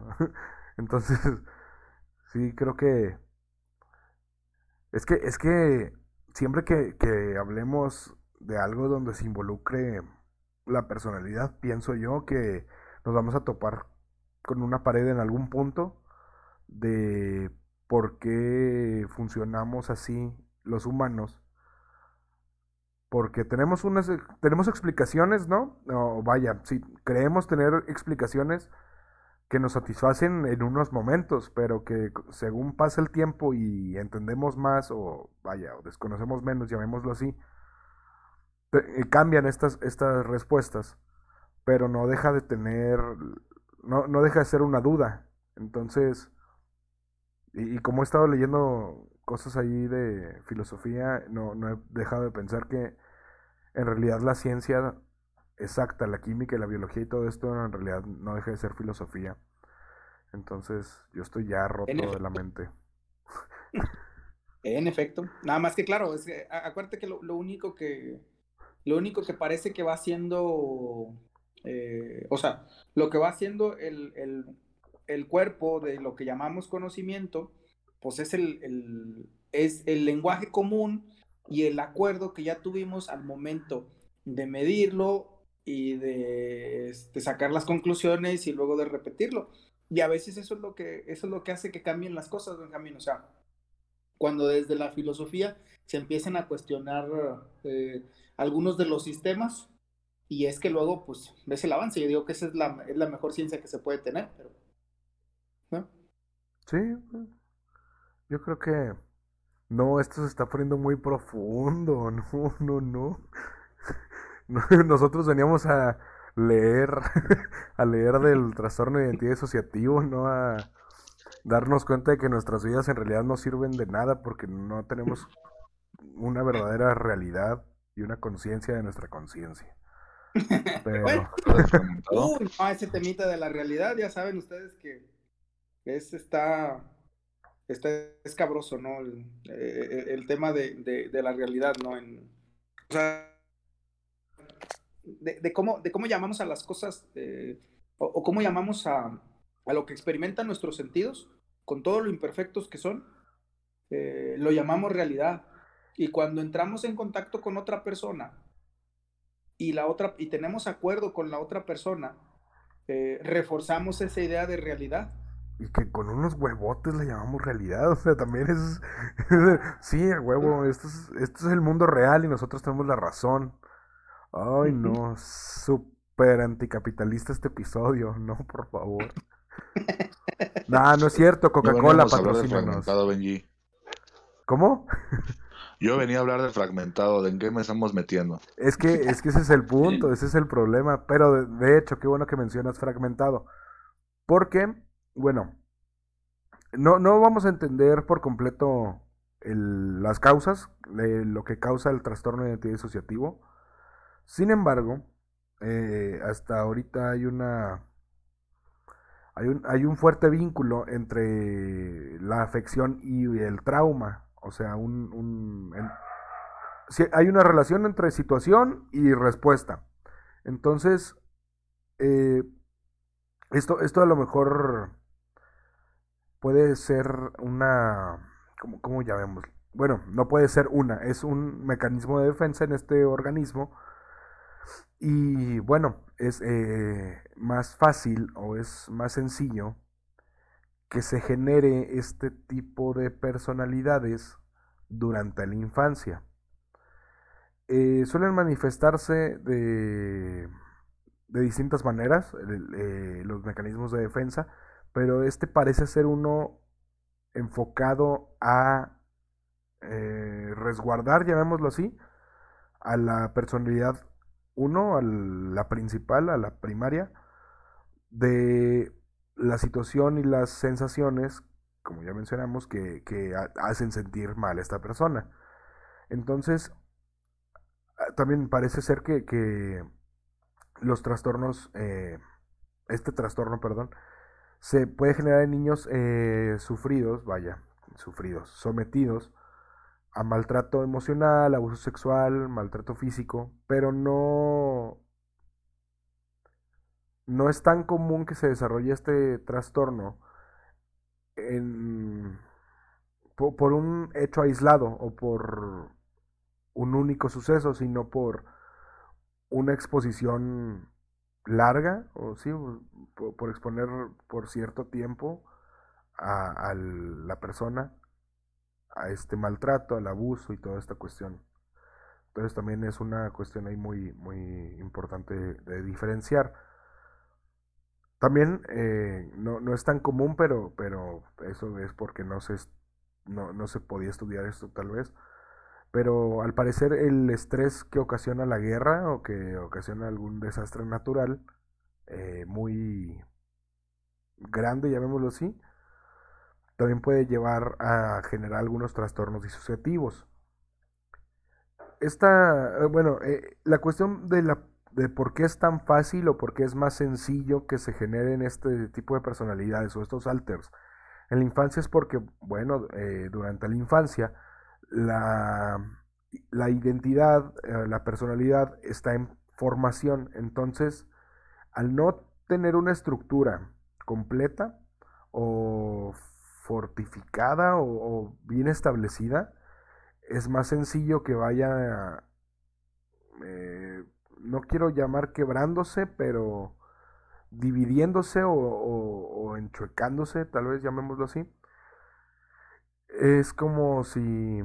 Entonces, sí, creo que es que siempre que hablemos de algo donde se involucre la personalidad, pienso yo que nos vamos a topar con una pared en algún punto de por qué funcionamos así los humanos. Porque tenemos explicaciones, ¿no? O vaya, sí, creemos tener explicaciones que nos satisfacen en unos momentos, pero que según pasa el tiempo y entendemos más, o vaya, o desconocemos menos, llamémoslo así, cambian estas respuestas, pero no deja de tener, no deja de ser una duda. Entonces, y como he estado leyendo cosas ahí de filosofía, no he dejado de pensar que en realidad la ciencia exacta, la química y la biología y todo esto en realidad no deja de ser filosofía. Entonces yo estoy ya En roto de la efecto, mente. en efecto. Nada más que claro, es que, acuérdate que lo único que parece que va haciendo, o sea, lo que va haciendo el cuerpo de lo que llamamos conocimiento, pues es es el lenguaje común y el acuerdo que ya tuvimos al momento de medirlo y de sacar las conclusiones y luego de repetirlo. Y a veces eso es lo que hace que cambien las cosas, Benjamín. O sea, cuando desde la filosofía se empiezan a cuestionar algunos de los sistemas, y es que luego, pues, ves el avance. Yo digo que esa es la mejor ciencia que se puede tener, pero, ¿no? Sí, yo creo que no, esto se está poniendo muy profundo. No. Nosotros veníamos a leer, a leer del trastorno de identidad disociativo, no a darnos cuenta de que nuestras vidas en realidad no sirven de nada porque no tenemos una verdadera realidad y una conciencia de nuestra conciencia. Bueno, Pero, Hablar del fragmentado. uy, no, ese temita de la realidad, ya saben ustedes que está escabroso, ¿no? El tema de la realidad, ¿no? O sea, de cómo llamamos a las cosas, o cómo llamamos a lo que experimentan nuestros sentidos, con todo lo imperfectos que son, lo llamamos realidad. Y cuando entramos en contacto con otra persona y tenemos acuerdo con la otra persona, reforzamos esa idea de realidad. y que con unos huevotes la llamamos realidad, o sea, también es... sí, a huevo, esto es el mundo real y nosotros tenemos la razón. Ay, Ujú. no, súper anticapitalista este episodio, no, por favor. Nah, no es cierto, No Coca-Cola, veníamos a hablar del patrocínanos. fragmentado, Benji. ¿Cómo? Yo venía a hablar del fragmentado, ¿de en qué me estamos metiendo? Es que ese es el punto, ese es el problema, pero de hecho, qué bueno que mencionas fragmentado, porque, bueno, no vamos a entender por completo las causas de lo que causa el trastorno de identidad disociativo. Sin embargo, hasta ahorita hay un fuerte vínculo entre la afección y el trauma. O sea, sí, hay una relación entre situación y respuesta. Entonces, eh, esto a lo mejor puede ser una... ¿Cómo llamemos? Bueno, no puede ser una, es un mecanismo de defensa en este organismo. Y bueno, es más fácil o es más sencillo que se genere este tipo de personalidades durante la infancia. Suelen manifestarse de distintas maneras los mecanismos de defensa, pero este parece ser uno enfocado a resguardar, llamémoslo así, a la personalidad uno, a la principal, a la primaria, de la situación y las sensaciones, como ya mencionamos, que hacen sentir mal a esta persona. Entonces, también parece ser que los trastornos, este trastorno, perdón, se puede generar en niños sufridos, sometidos a maltrato emocional, abuso sexual, maltrato físico, pero no es tan común que se desarrolle este trastorno en, por un hecho aislado o por un único suceso, sino por una exposición larga, o sí, por exponer por cierto tiempo a la persona a este maltrato, al abuso y toda esta cuestión. Entonces también es una cuestión ahí muy, muy importante de diferenciar. También no es tan común, pero eso es porque no se podía estudiar esto tal vez. Pero al parecer el estrés que ocasiona la guerra o que ocasiona algún desastre natural muy grande, llamémoslo así, también puede llevar a generar algunos trastornos disociativos. La cuestión de por qué es tan fácil o por qué es más sencillo que se generen este tipo de personalidades o estos alters en la infancia es porque, bueno, durante la infancia la, la identidad, la personalidad está en formación. Entonces, al no tener una estructura completa o fortificada o bien establecida, es más sencillo que vaya, eh, no quiero llamar quebrándose, pero dividiéndose o enchuecándose, tal vez llamémoslo así. Es como si,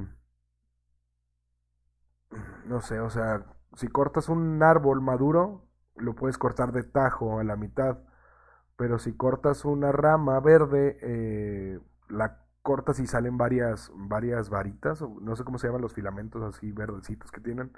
no sé, o sea, si cortas un árbol maduro, lo puedes cortar de tajo a la mitad, pero si cortas una rama verde, la cortas y salen varias varitas, o no sé cómo se llaman los filamentos así verdecitos que tienen,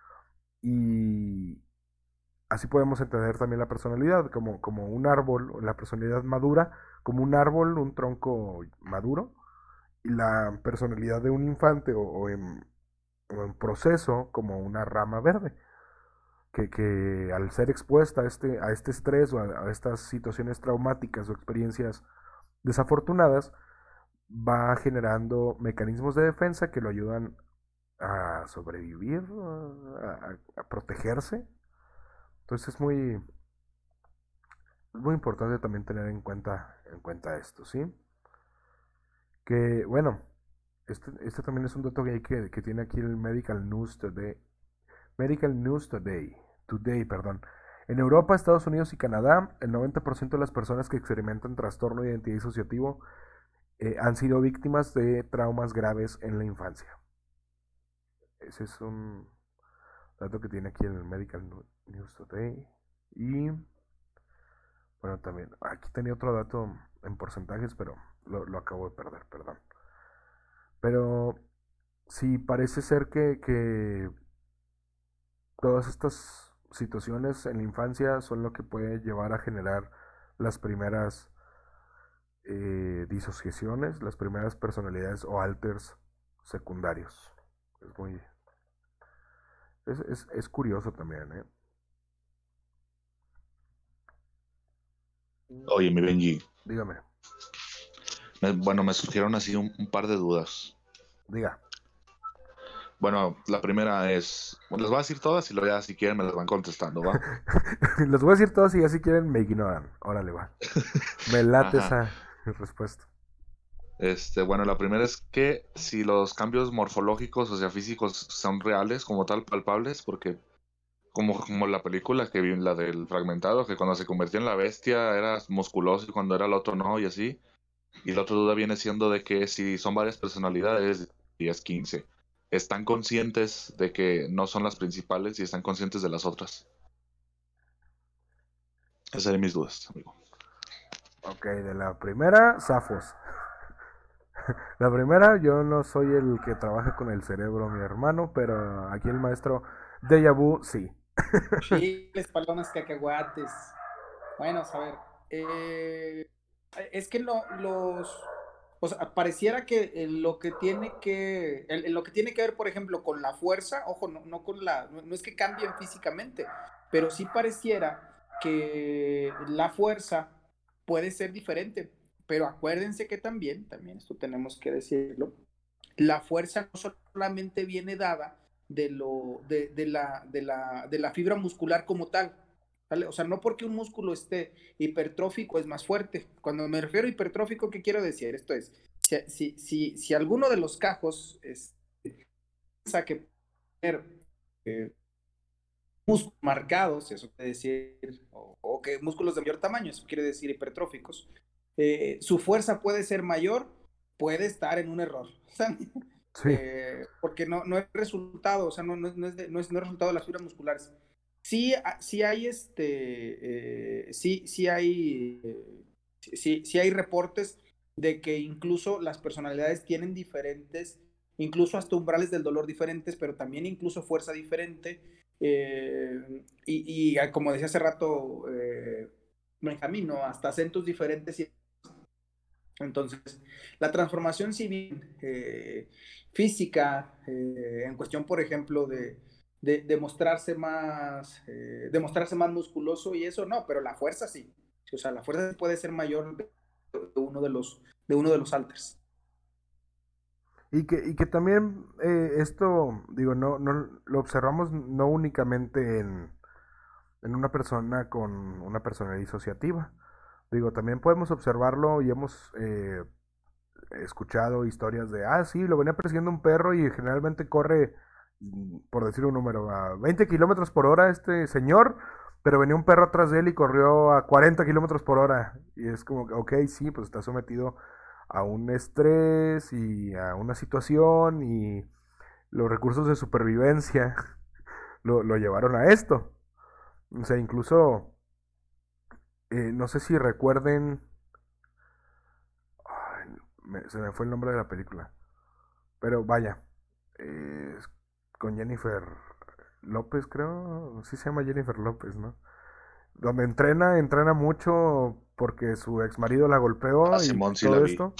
y así podemos entender también la personalidad, como un árbol, o la personalidad madura, como un árbol, un tronco maduro, y la personalidad de un infante o en proceso como una rama verde, que al ser expuesta a este estrés o a estas situaciones traumáticas o experiencias desafortunadas, va generando mecanismos de defensa que lo ayudan a sobrevivir, a protegerse. Entonces es muy importante también tener en cuenta esto, ¿sí? Que bueno, este también es un dato que tiene aquí el Medical News Today, perdón. En Europa, Estados Unidos y Canadá, el 90% de las personas que experimentan trastorno de identidad disociativo han sido víctimas de traumas graves en la infancia. Ese es un dato que tiene aquí el Medical News Today. Y bueno, también, aquí tenía otro dato en porcentajes, pero lo acabo de perder, perdón. Pero sí, parece ser que todas estas situaciones en la infancia son lo que puede llevar a generar las primeras disociaciones, las primeras personalidades o alters secundarios. Es muy... es curioso también, ¿eh? Oye, mi Benji, Dígame, bueno, me surgieron así un par de dudas. diga. Bueno, la primera es, bueno, les voy a decir todas y luego ya si quieren me las van contestando, ¿va? Los voy a decir todos y ya si quieren me ignoran. Órale, va. Me late Ajá. esa respuesta. Bueno, la primera es que si los cambios morfológicos, o sea, físicos, son reales, como tal, palpables, porque como la película que vi, la del fragmentado, que cuando se convirtió en la bestia era musculoso y cuando era el otro no, y así. Y la otra duda viene siendo de que si son varias personalidades, 10, 15, ¿están conscientes de que no son las principales y están conscientes de las otras? Esas serían mis dudas, amigo. Ok, de la primera, zafos. La primera, yo no soy el que trabaja con el cerebro, mi hermano, pero aquí el maestro Deja Vu, sí. Chiles, palomas, cacahuates. Bueno, a ver. Es que o sea, pareciera que lo que tiene que ver, por ejemplo, con la fuerza, ojo, no es que cambien físicamente, pero sí pareciera que la fuerza puede ser diferente. Pero acuérdense que también esto tenemos que decirlo, la fuerza no solamente viene dada de la fibra muscular como tal, ¿vale? O sea, no porque un músculo esté hipertrófico es más fuerte. Cuando me refiero a hipertrófico, ¿qué quiero decir? Esto es, si alguno de los cajos es, que eh, músculos marcados, eso quiere decir, o que músculos de mayor tamaño, eso quiere decir hipertróficos, su fuerza puede ser mayor, puede estar en un error. Sí, Porque no es resultado, o sea, no es resultado de las fibras musculares. Sí hay sí hay reportes de que incluso las personalidades tienen diferentes, incluso hasta umbrales del dolor diferentes, pero también incluso fuerza diferente. Como decía hace rato Benjamín, ¿no? Hasta acentos diferentes. Entonces, la transformación civil física, en cuestión, por ejemplo, de mostrarse más musculoso y eso, no, pero la fuerza sí. O sea, la fuerza puede ser mayor de uno de los halters. y que también esto, digo, no lo observamos no únicamente en una persona con una personalidad disociativa. Digo, también podemos observarlo y hemos escuchado historias de, ah, sí, lo venía persiguiendo un perro y generalmente corre, por decir un número, a 20 kilómetros por hora este señor, pero venía un perro atrás de él y corrió a 40 kilómetros por hora. Y es como, que, ok, sí, pues está sometido a un estrés y a una situación y los recursos de supervivencia lo llevaron a esto. O sea, incluso, no sé si recuerden, ay, se me fue el nombre de la película, pero vaya, eh, con Jennifer López, creo, sí se llama Jennifer López, ¿no? Donde entrena mucho porque su ex marido la A golpeó y Simón sí la todo vi. esto.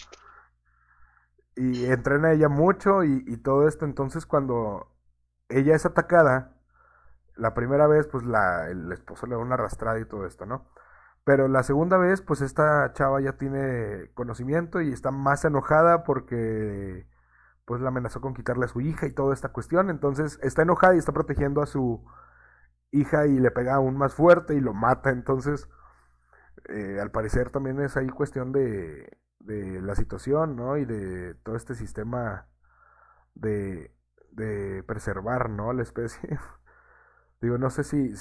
Y entrena ella mucho y todo esto. Entonces, cuando ella es atacada, la primera vez, pues el esposo le da una arrastrada y todo esto, ¿no? Pero la segunda vez, pues esta chava ya tiene conocimiento y está más enojada porque pues la amenazó con quitarle a su hija y toda esta cuestión. Entonces está enojada y está protegiendo a su hija y le pega aún más fuerte y lo mata. Entonces, al parecer también es ahí cuestión de la situación, ¿no? Y de todo este sistema de, de preservar, ¿no? La especie. Digo, no sé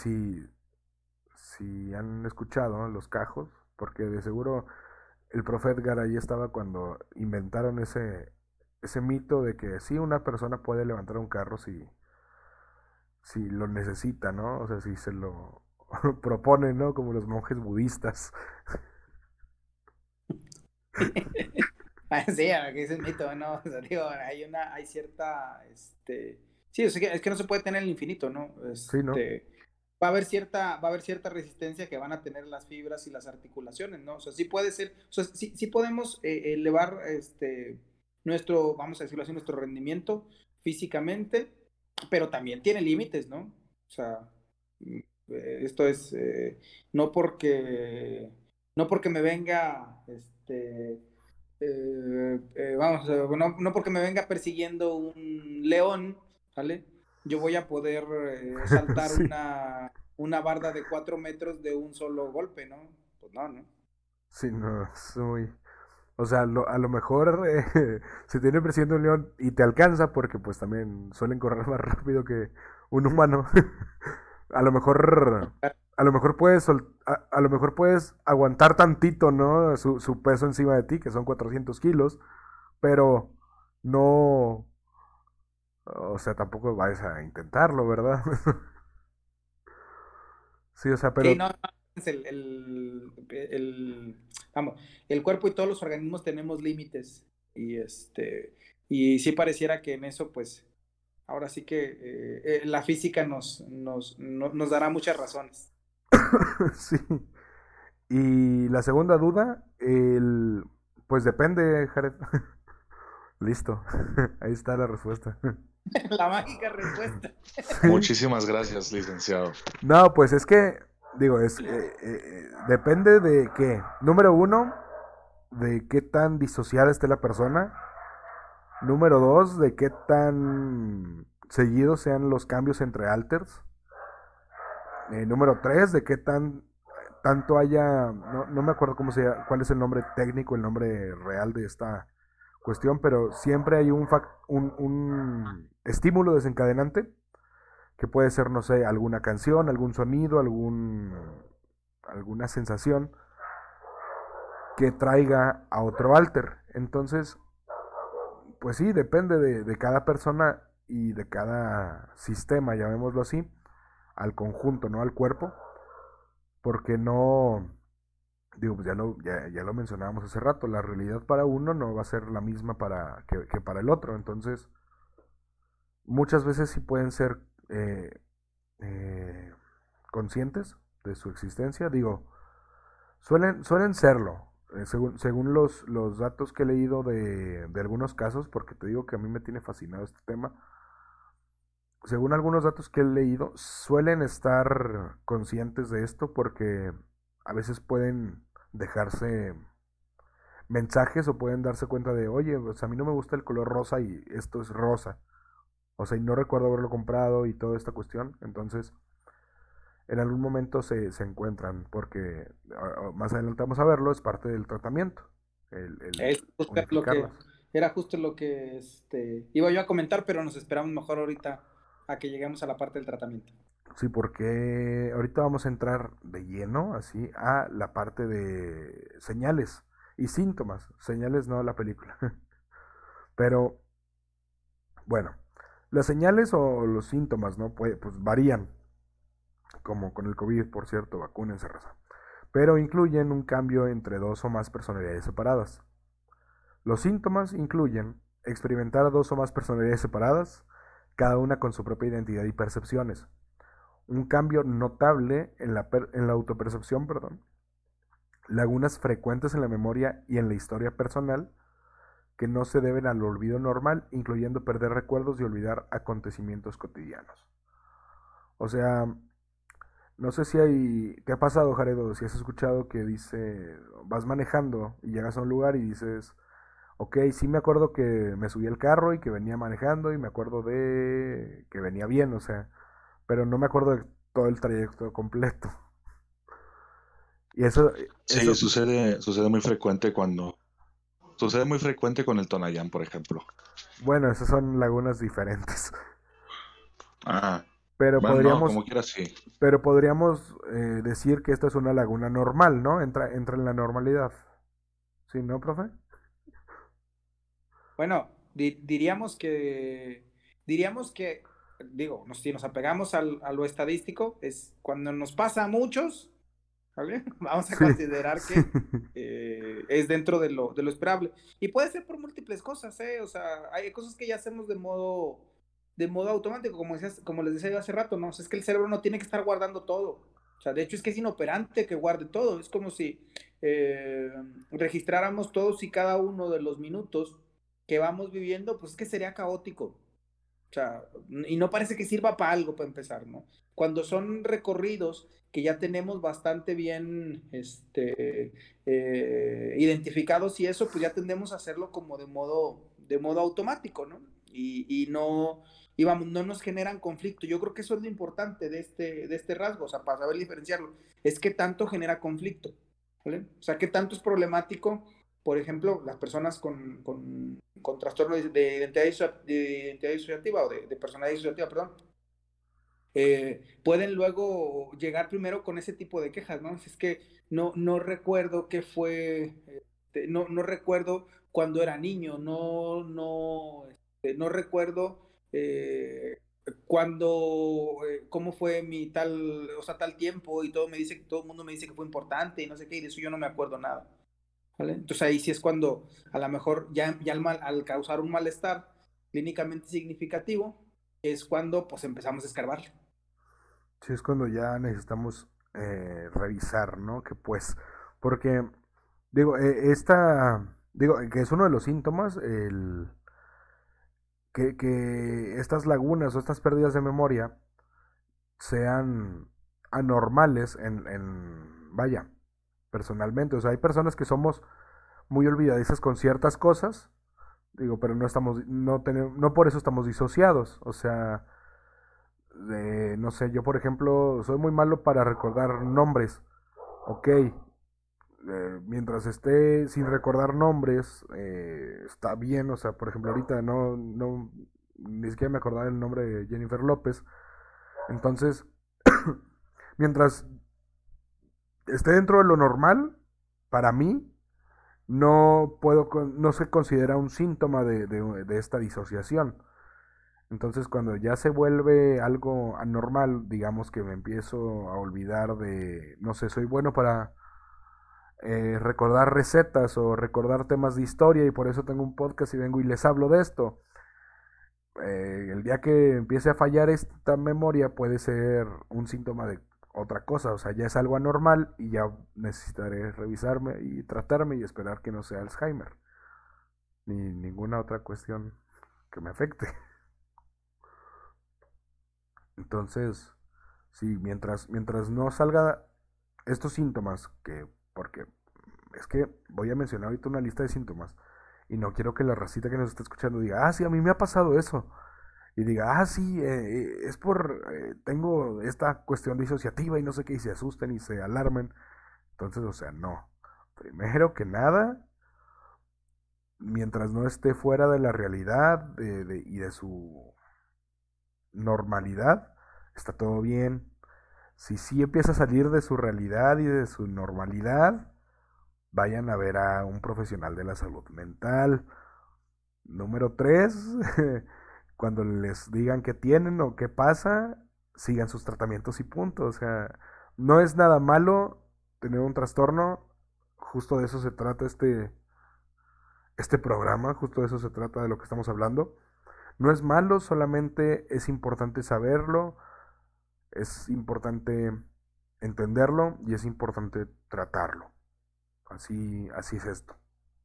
si han escuchado, ¿no? Los cajos, porque de seguro el profe Edgar ahí estaba cuando inventaron ese mito de que sí una persona puede levantar un carro si lo necesita, ¿no? O sea, si se lo propone, ¿no? Como los monjes budistas. Sí, que es el mito, ¿no? O sea, digo, hay cierta, sí, o sea, es que no se puede tener el infinito, ¿no? Sí, ¿no? Va a haber cierta resistencia que van a tener las fibras y las articulaciones, ¿no? O sea, sí puede ser, o sea, sí podemos elevar, vamos a decirlo así, nuestro rendimiento físicamente, pero también tiene límites, ¿no? O sea, esto es, no porque, no porque me venga, vamos, no porque me venga persiguiendo un león, ¿vale? Yo voy a poder saltar Sí, una barda de 4 metros de un solo golpe, ¿no? Pues no, ¿no? sí, no, es muy... O sea, a lo mejor se tiene presidente un león y te alcanza porque pues también suelen correr más rápido que un humano. a lo mejor a lo mejor puedes a lo mejor puedes aguantar tantito, ¿no? Su peso encima de ti, que son 400 kilos, pero no, o sea, tampoco vayas a intentarlo, ¿verdad? sí, o sea, Sí, pero no, no, vamos, el cuerpo y todos los organismos tenemos límites y sí pareciera que en eso, pues, ahora sí que la física nos dará muchas razones. sí. Y la segunda duda, pues depende, Jared. Listo, ahí está la respuesta. La mágica respuesta. sí. Muchísimas gracias, licenciado. No, pues es que, digo, depende de qué. Número uno, de qué tan disociada esté la persona. Número dos, de qué tan seguidos sean los cambios entre alters. Número tres, de qué tanto haya, no me acuerdo cuál es el nombre técnico, el nombre real de esta cuestión, pero siempre hay un estímulo desencadenante que puede ser, no sé, alguna canción, algún sonido, alguna sensación que traiga a otro alter. Entonces, pues sí, depende de cada persona y de cada sistema, llamémoslo así, al conjunto, ¿no? Al cuerpo, porque no, digo, pues ya lo mencionábamos hace rato, la realidad para uno no va a ser la misma que para el otro. Entonces, muchas veces sí pueden ser eh, eh, conscientes de su existencia. Digo, suelen serlo, según los datos que he leído de algunos casos, porque te digo que a mí me tiene fascinado este tema. Según algunos datos que he leído, suelen estar conscientes de esto porque a veces pueden dejarse mensajes o pueden darse cuenta de, oye, pues a mí no me gusta el color rosa y esto es rosa. O sea, y no recuerdo haberlo comprado y toda esta cuestión. Entonces, en algún momento se encuentran porque más adelante vamos a verlo, es parte del tratamiento, el Es justo lo que, unificarlas. era justo lo que iba yo a comentar, pero nos esperamos mejor ahorita a que lleguemos a la parte del tratamiento. Sí, porque ahorita vamos a entrar de lleno, así, a la parte de señales y síntomas. Señales no la película. Pero, bueno, las señales o los síntomas, ¿no? Pues varían, como con el COVID, por cierto, vacúnense, raza. Pero incluyen un cambio entre dos o más personalidades separadas. Los síntomas incluyen experimentar dos o más personalidades separadas, cada una con su propia identidad y percepciones. Un cambio notable en la autopercepción, perdón, lagunas frecuentes en la memoria y en la historia personal que no se deben al olvido normal, incluyendo perder recuerdos y olvidar acontecimientos cotidianos. O sea, no sé si te ha pasado, Jaredo, si has escuchado que dice, vas manejando y llegas a un lugar y dices, ok, sí me acuerdo que me subí al carro y que venía manejando y me acuerdo de que venía bien, o sea, pero no me acuerdo de todo el trayecto completo. Y Sí, eso, sucede muy frecuente sucede muy frecuente con el Tonayán, por ejemplo. bueno, esas son lagunas diferentes. Ah, Pero bueno, no, podríamos, como quiera sí. pero podríamos decir que esta es una laguna normal, ¿no? Entra en la normalidad. ¿Sí, no, profe? Bueno, diríamos que, digo, si nos apegamos a lo estadístico, es cuando nos pasa a muchos, ¿vale? Vamos a Sí, considerar sí. que es dentro de lo esperable. Y puede ser por múltiples cosas, ¿eh? O sea, hay cosas que ya hacemos de modo automático, como les decía yo hace rato, ¿no? O sea, es que el cerebro no tiene que estar guardando todo. O sea, de hecho es que es inoperante que guarde todo. Es como si eh, registráramos todos y cada uno de los minutos que vamos viviendo, pues es que sería caótico. O sea, y no parece que sirva para algo para empezar, ¿no? Cuando son recorridos que ya tenemos bastante bien identificados y eso, pues ya tendemos a hacerlo como de modo automático, ¿no? Y no, y vamos, no nos generan conflicto. Yo creo que eso es lo importante de este rasgo, o sea, para saber diferenciarlo, es que tanto genera conflicto, ¿vale? O sea, que tanto es problemático, por ejemplo, las personas con trastorno de identidad disociativa o de personalidad disociativa, perdón, pueden luego llegar primero con ese tipo de quejas, ¿no? Es que no recuerdo qué fue, no recuerdo cuando era niño, no recuerdo cómo fue mi tal, o sea, tal tiempo y todo el mundo me dice que fue importante y no sé qué, y de eso yo no me acuerdo nada. ¿Vale? Entonces ahí sí es cuando a lo mejor ya al causar un malestar clínicamente significativo, es cuando pues empezamos a escarbar. Sí, es cuando ya necesitamos revisar, ¿no? Que pues, porque, digo, digo, que es uno de los síntomas, que estas lagunas o estas pérdidas de memoria sean anormales vaya, personalmente. O sea, hay personas que somos muy olvidadizas con ciertas cosas, digo, pero no por eso estamos disociados. O sea, no sé, yo por ejemplo soy muy malo para recordar nombres. Ok, mientras esté sin recordar nombres, está bien. O sea, por ejemplo, ahorita ni siquiera me acordaba el nombre de Jennifer López. Entonces, mientras esté dentro de lo normal, para mí, no se considera un síntoma de esta disociación. Entonces, cuando ya se vuelve algo anormal, digamos que me empiezo a olvidar de, no sé, soy bueno para recordar recetas o recordar temas de historia y por eso tengo un podcast y vengo y les hablo de esto. El día que empiece a fallar esta memoria puede ser un síntoma de otra cosa, o sea, ya es algo anormal y ya necesitaré revisarme y tratarme y esperar que no sea Alzheimer ni ninguna otra cuestión que me afecte. Entonces, sí, mientras no salga estos síntomas, porque es que voy a mencionar ahorita una lista de síntomas y no quiero que la racita que nos está escuchando diga, ah, sí, a mí me ha pasado eso. Y diga, ah, sí, es tengo esta cuestión disociativa y no sé qué, y se asusten y se alarmen. Entonces, o sea, no. Primero que nada, mientras no esté fuera de la realidad y de su normalidad, está todo bien. Si sí empieza a salir de su realidad y de su normalidad, vayan a ver a un profesional de la salud mental. Número 3, cuando les digan qué tienen o qué pasa, sigan sus tratamientos y punto. O sea, no es nada malo tener un trastorno. Justo de eso se trata este programa, justo de eso se trata de lo que estamos hablando. No es malo, solamente es importante saberlo, es importante entenderlo y es importante tratarlo. Así es esto.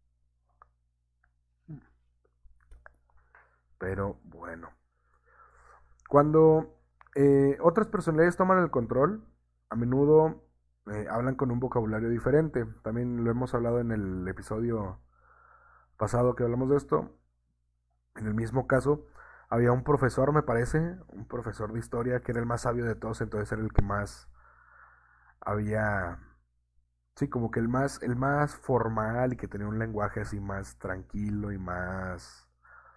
Pero bueno. Cuando otras personalidades toman el control, a menudo hablan con un vocabulario diferente. También lo hemos hablado en el episodio pasado que hablamos de esto. En el mismo caso, había un profesor, me parece, un profesor de historia que era el más sabio de todos, entonces era el que más había, sí, como que el más formal y que tenía un lenguaje así más tranquilo y más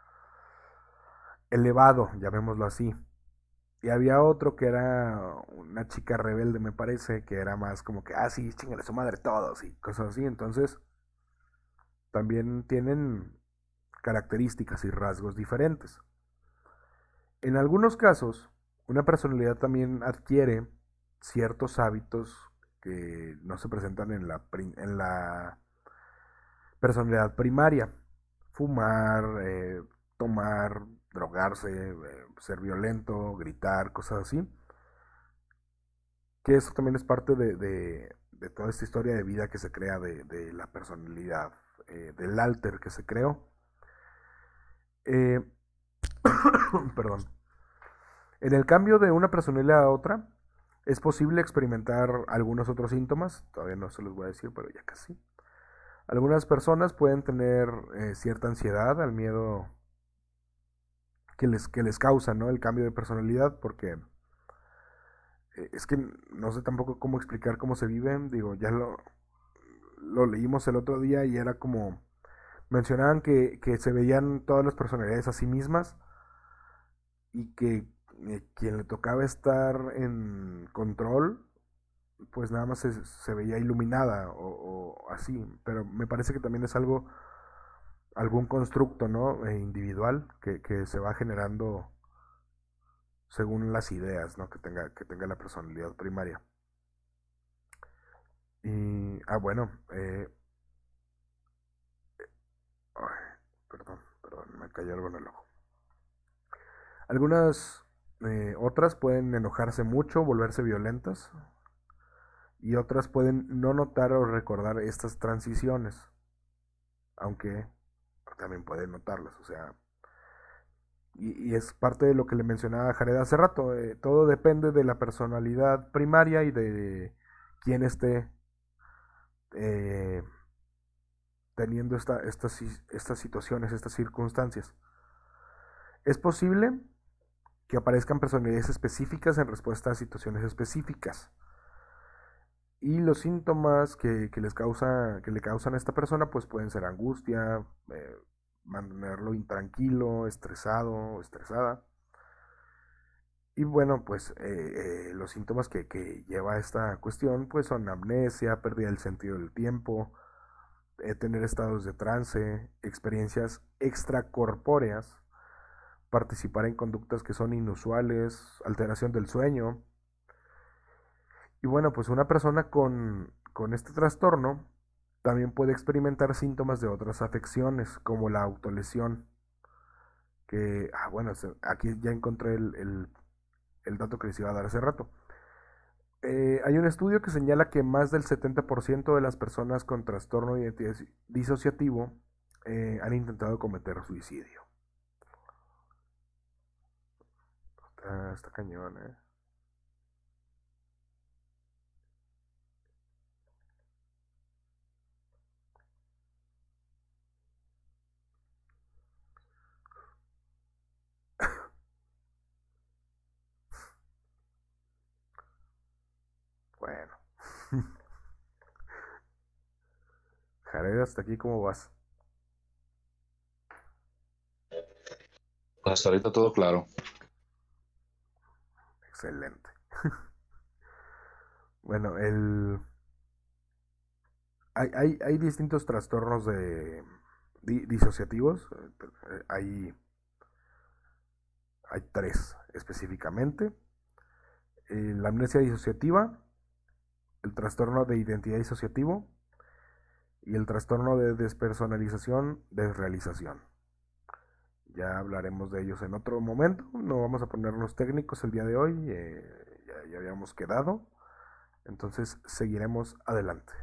elevado, llamémoslo así. Y había otro que era una chica rebelde, me parece, que era más como que, ah, sí, chingale su madre todos y cosas así. Entonces, también tienen características y rasgos diferentes. En algunos casos, una personalidad también adquiere ciertos hábitos que no se presentan en la personalidad primaria. Fumar, tomar, drogarse, ser violento, gritar, cosas así. Que eso también es parte de toda esta historia de vida que se crea de la personalidad, del alter que se creó. Eh, perdón. En el cambio de una personalidad a otra, es posible experimentar algunos otros síntomas, todavía no se los voy a decir, pero ya casi. Algunas personas pueden tener cierta ansiedad al miedo que les causa, ¿no? El cambio de personalidad, porque es que no sé tampoco cómo explicar cómo se viven, digo, ya lo leímos el otro día y era como, mencionaban que se veían todas las personalidades a sí mismas y que quien le tocaba estar en control, pues nada más se veía iluminada o así, pero me parece que también es algún constructo, ¿no? Individual que se va generando según las ideas, ¿no? Que tenga la personalidad primaria. Y, bueno, ay, perdón, me cayó algo en el ojo. Algunas otras pueden enojarse mucho, volverse violentas, y otras pueden no notar o recordar estas transiciones, aunque también pueden notarlas, o sea, y es parte de lo que le mencionaba Jared hace rato, todo depende de la personalidad primaria y de quién esté eh, teniendo estas situaciones, estas circunstancias. Es posible que aparezcan personalidades específicas en respuesta a situaciones específicas. Y los síntomas que le causan a esta persona pues pueden ser angustia, mantenerlo intranquilo, estresado o estresada. Y bueno, pues los síntomas que lleva esta cuestión pues son amnesia, pérdida del sentido del tiempo, tener estados de trance, experiencias extracorpóreas, participar en conductas que son inusuales, alteración del sueño. Y bueno, pues una persona con este trastorno también puede experimentar síntomas de otras afecciones, como la autolesión, bueno, aquí ya encontré el dato que les iba a dar hace rato. Hay un estudio que señala que más del 70% de las personas con trastorno de identidad disociativo han intentado cometer suicidio. Está cañón, ¿eh? Bueno. Jared, hasta aquí, ¿cómo vas? Hasta ahorita todo claro. Excelente. Bueno, hay distintos trastornos disociativos. Hay tres específicamente. La amnesia disociativa, el trastorno de identidad disociativo y el trastorno de despersonalización, desrealización. Ya hablaremos de ellos en otro momento. No vamos a ponernos técnicos el día de hoy. Ya habíamos quedado. Entonces seguiremos adelante.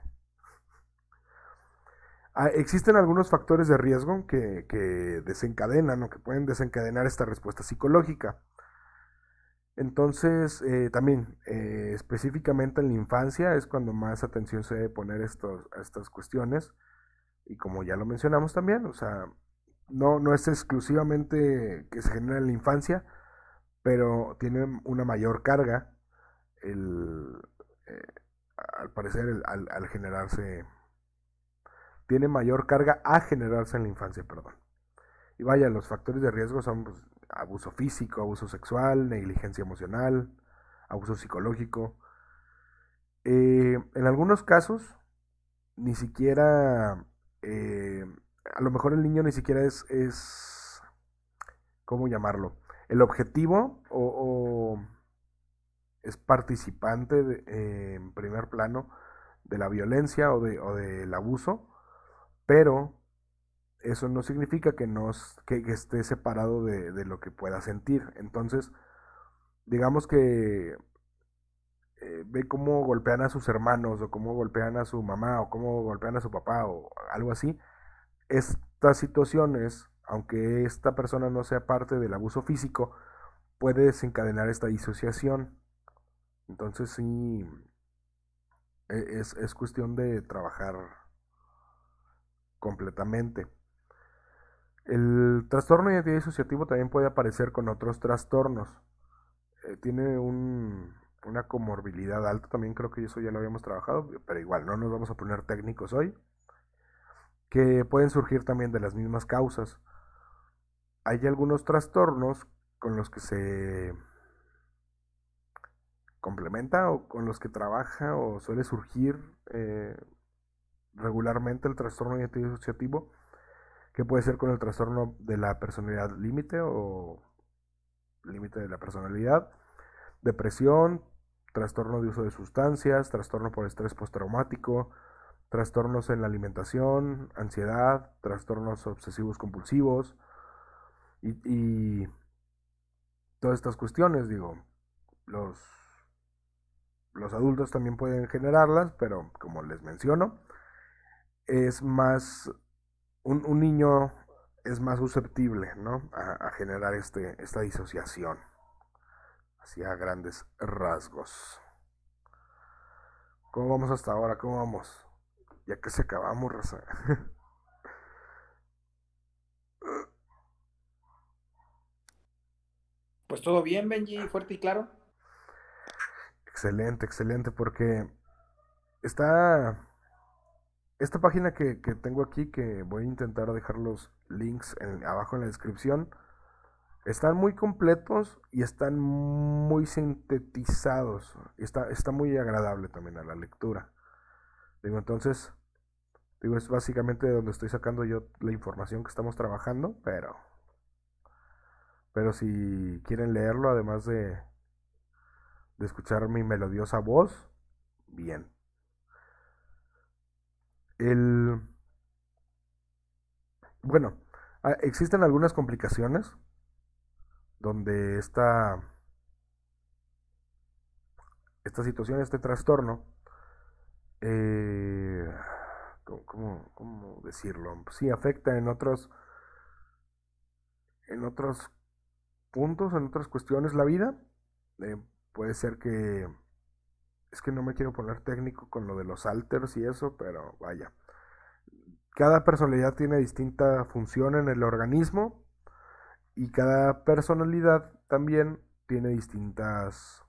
Existen algunos factores de riesgo que desencadenan o que pueden desencadenar esta respuesta psicológica. Entonces, también específicamente en la infancia es cuando más atención se debe poner a estas cuestiones. Y como ya lo mencionamos también, o sea, no es exclusivamente que se genera en la infancia, pero tiene una mayor carga el, eh, al parecer al generarse, tiene mayor carga a generarse en la infancia, perdón. Y vaya, los factores de riesgo son pues, abuso físico, abuso sexual, negligencia emocional, abuso psicológico. En algunos casos, ni siquiera, a lo mejor el niño ni siquiera es ¿cómo llamarlo? El objetivo o es participante en primer plano de la violencia o del abuso, pero eso no significa que esté separado de lo que pueda sentir. Entonces, digamos que ve cómo golpean a sus hermanos o cómo golpean a su mamá o cómo golpean a su papá o algo así. Estas situaciones, aunque esta persona no sea parte del abuso físico, puede desencadenar esta disociación. Entonces sí, es cuestión de trabajar completamente. El trastorno de identidad disociativo también puede aparecer con otros trastornos. Tiene una comorbilidad alta, también creo que eso ya lo habíamos trabajado, pero igual no nos vamos a poner técnicos hoy, que pueden surgir también de las mismas causas. Hay algunos trastornos con los que se complementa o con los que trabaja o suele surgir regularmente el trastorno de identidad disociativo, que puede ser con el trastorno de la personalidad límite o límite de la personalidad, depresión, trastorno de uso de sustancias, trastorno por estrés postraumático, trastornos en la alimentación, ansiedad, trastornos obsesivos compulsivos y todas estas cuestiones, digo, los, los adultos también pueden generarlas, pero como les menciono, es más, un niño es más susceptible, ¿no? A generar esta disociación, así a grandes rasgos. ¿Cómo vamos hasta ahora? ¿Cómo vamos? Ya que se acabamos, raza. Pues todo bien, Benji, fuerte y claro. Excelente, excelente, porque está esta página que tengo aquí, que voy a intentar dejar los links abajo en la descripción, Están muy completos y están muy sintetizados. Está muy agradable también a la lectura. Digo, entonces, digo, es básicamente de donde estoy sacando yo la información que estamos trabajando, pero si quieren leerlo, además de escuchar mi melodiosa voz, bien. El, bueno, existen algunas complicaciones donde esta situación, este trastorno, eh, ¿cómo decirlo? Sí, afecta en otros puntos, en otras cuestiones la vida. Eh, Puede ser que, es que no me quiero poner técnico con lo de los alters y eso, pero vaya. Cada personalidad tiene distinta función en el organismo y cada personalidad también tiene distintas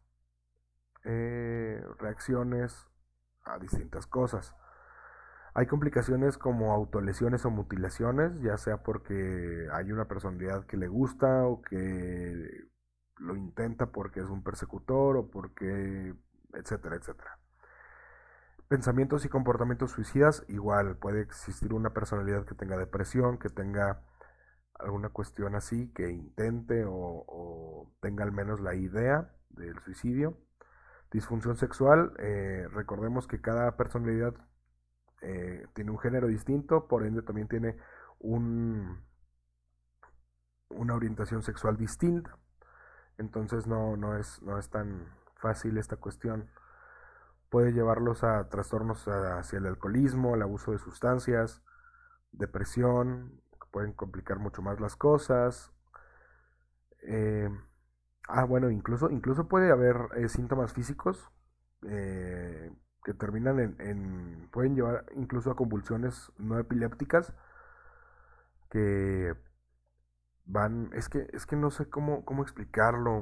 reacciones a distintas cosas. Hay complicaciones como autolesiones o mutilaciones, ya sea porque hay una personalidad que le gusta o que lo intenta porque es un persecutor o porque, etcétera, etcétera. Pensamientos y comportamientos suicidas, igual puede existir una personalidad que tenga depresión, que tenga alguna cuestión así, que intente o tenga al menos la idea del suicidio. Disfunción sexual, recordemos que cada personalidad tiene un género distinto, por ende también tiene un, una orientación sexual distinta. Entonces no es tan fácil esta cuestión. Puede llevarlos a trastornos hacia el alcoholismo, el abuso de sustancias, depresión, que pueden complicar mucho más las cosas. Eh, bueno, incluso puede haber síntomas físicos eh, que terminan pueden llevar incluso a convulsiones no epilépticas que es que no sé cómo explicarlo.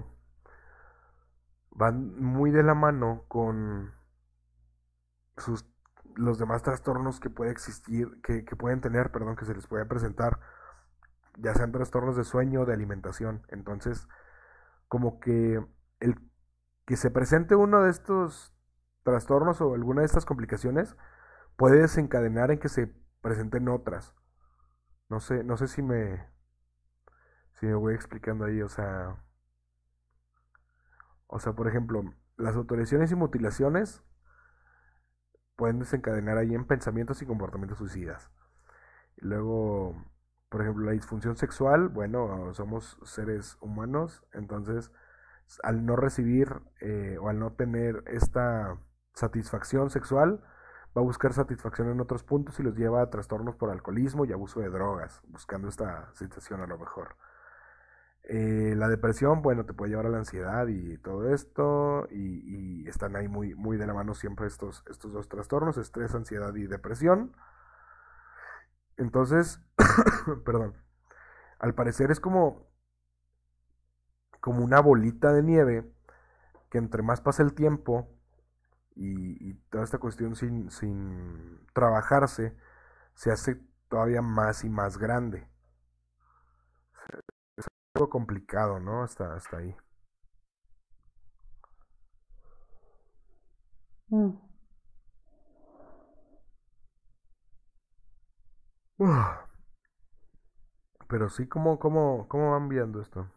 Van muy de la mano con sus, los demás trastornos que puede existir, que pueden tener, perdón, que se les puede presentar, ya sean trastornos de sueño o de alimentación. Entonces, como que el que se presente uno de estos trastornos o alguna de estas complicaciones puede desencadenar en que se presenten otras. No sé si me voy explicando ahí, o sea, por ejemplo, las autolesiones y mutilaciones pueden desencadenar ahí en pensamientos y comportamientos suicidas. Y luego, por ejemplo, la disfunción sexual, bueno, somos seres humanos, entonces al no recibir o al no tener esta satisfacción sexual, va a buscar satisfacción en otros puntos y los lleva a trastornos por alcoholismo y abuso de drogas, buscando esta situación a lo mejor. La depresión, bueno, te puede llevar a la ansiedad y todo esto, y están ahí muy, muy de la mano siempre estos dos trastornos, estrés, ansiedad y depresión. Entonces, perdón, al parecer es como una bolita de nieve que entre más pasa el tiempo y toda esta cuestión sin trabajarse, se hace todavía más y más grande. Es algo complicado, ¿no? Hasta ahí. Mm. Uf, pero sí, ¿cómo van viendo esto?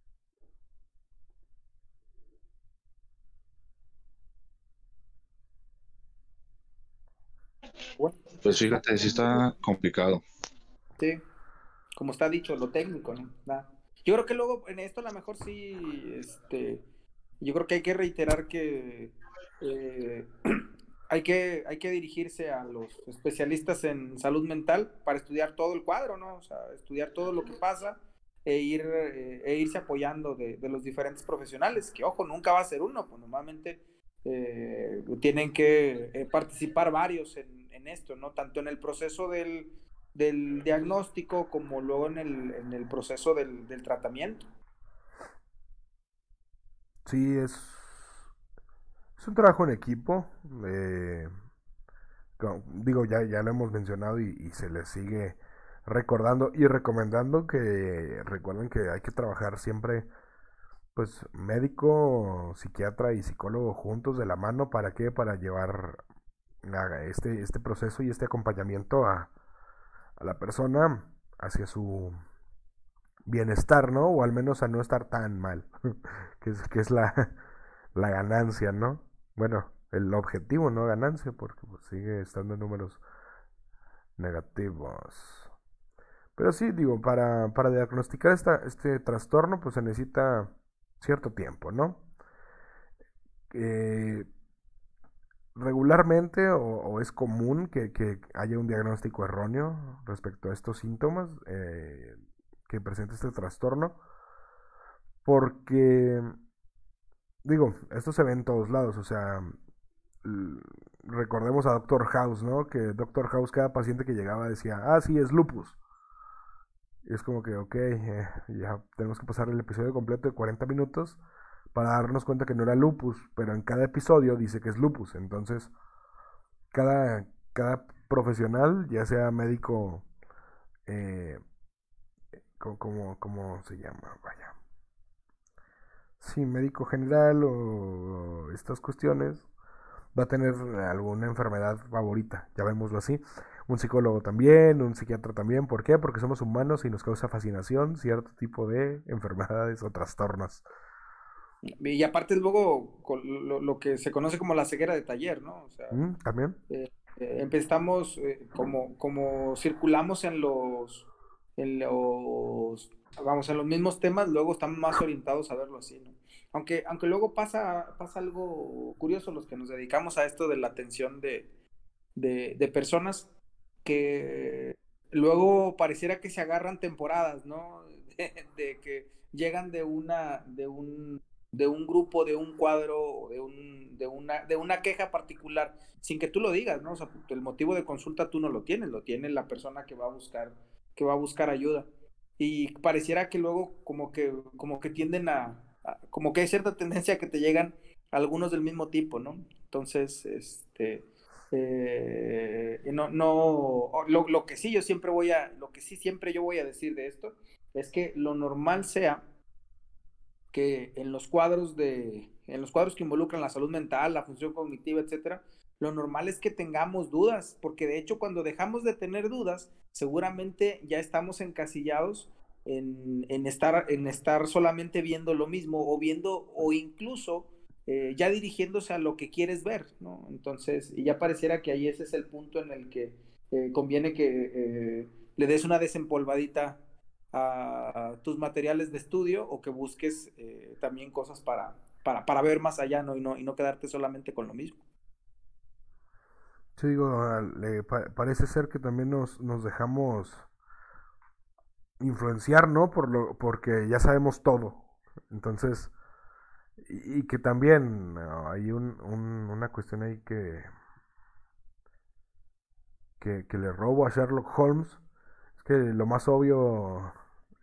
Bueno, Pues fíjate, sí está complicado. sí, como está dicho, lo técnico, ¿no? Yo creo que luego en esto a lo mejor sí, yo creo que hay que reiterar que eh, hay que dirigirse a los especialistas en salud mental para estudiar todo el cuadro, ¿no? O sea, estudiar todo lo que pasa e irse apoyando de los diferentes profesionales, que ojo, nunca va a ser uno, pues normalmente tienen que participar varios en esto, ¿no? Tanto en el proceso del diagnóstico como luego en el proceso del tratamiento. Sí, es un trabajo en equipo. Digo, ya lo hemos mencionado y se le sigue recordando y recomendando que recuerden que hay que trabajar siempre, pues médico, psiquiatra y psicólogo juntos de la mano. ¿Para qué? Para llevar este proceso y este acompañamiento a la persona hacia su bienestar, ¿no? O al menos a no estar tan mal, que es la ganancia, ¿no? Bueno, el objetivo, no ganancia, porque pues, sigue estando en números negativos. Pero sí, digo, para diagnosticar este trastorno, pues se necesita cierto tiempo, ¿no? Eh, regularmente o es común que haya un diagnóstico erróneo respecto a estos síntomas que presenta este trastorno, porque, digo, esto se ve en todos lados, o sea, recordemos a Doctor House, ¿no? Que Doctor House, cada paciente que llegaba decía, ah, sí, es lupus. Y es como que, ok, ya tenemos que pasar el episodio completo de 40 minutos para darnos cuenta que no era lupus, pero en cada episodio dice que es lupus. Entonces, cada profesional, ya sea médico, eh, ¿cómo se llama? Vaya. Sí, médico general o estas cuestiones, va a tener alguna enfermedad favorita, llamémoslo así. Un psicólogo también, un psiquiatra también. ¿Por qué? Porque somos humanos y nos causa fascinación cierto tipo de enfermedades o trastornos. Y aparte luego lo que se conoce como la ceguera de taller, ¿no? O sea, También. empezamos como circulamos vamos, en los mismos temas, luego estamos más orientados a verlo así, ¿no? Aunque luego pasa algo curioso, los que nos dedicamos a esto de la atención de personas que luego pareciera que se agarran temporadas, ¿no? De que llegan de un grupo, de un cuadro, o de una queja particular, sin que tú lo digas, ¿no? O sea, el motivo de consulta tú no lo tienes, lo tiene la persona que va a buscar ayuda. Y pareciera que luego como que tienden como que hay cierta tendencia a que te llegan algunos del mismo tipo, ¿no? Entonces, lo que sí siempre yo voy a decir de esto es que lo normal sea que en los cuadros que involucran la salud mental, la función cognitiva, etcétera, lo normal es que tengamos dudas, porque de hecho cuando dejamos de tener dudas, seguramente ya estamos encasillados en estar solamente viendo lo mismo o viendo o incluso ya dirigiéndose a lo que quieres ver, ¿no? Entonces, y ya pareciera que ahí ese es el punto en el que conviene que le des una desempolvadita a tus materiales de estudio o que busques también cosas para ver más allá, ¿no? Y no quedarte solamente con lo mismo. Sí, digo, parece ser que también nos dejamos influenciar, ¿no? Porque ya sabemos todo. Entonces, y que también hay una cuestión ahí que le robo a Sherlock Holmes. Es que lo más obvio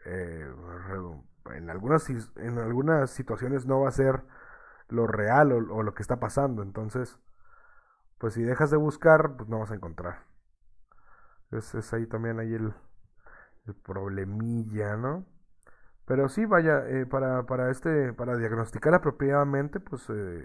en algunas situaciones no va a ser lo real o lo que está pasando. Entonces, pues si dejas de buscar, pues no vas a encontrar. Es ahí también hay el problemilla, ¿no? Pero sí, vaya, para diagnosticar apropiadamente, pues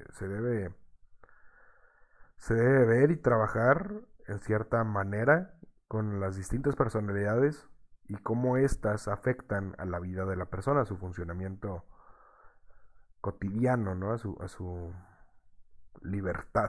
se debe ver y trabajar en cierta manera con las distintas personalidades y cómo éstas afectan a la vida de la persona, a su funcionamiento cotidiano, ¿no? A su libertad.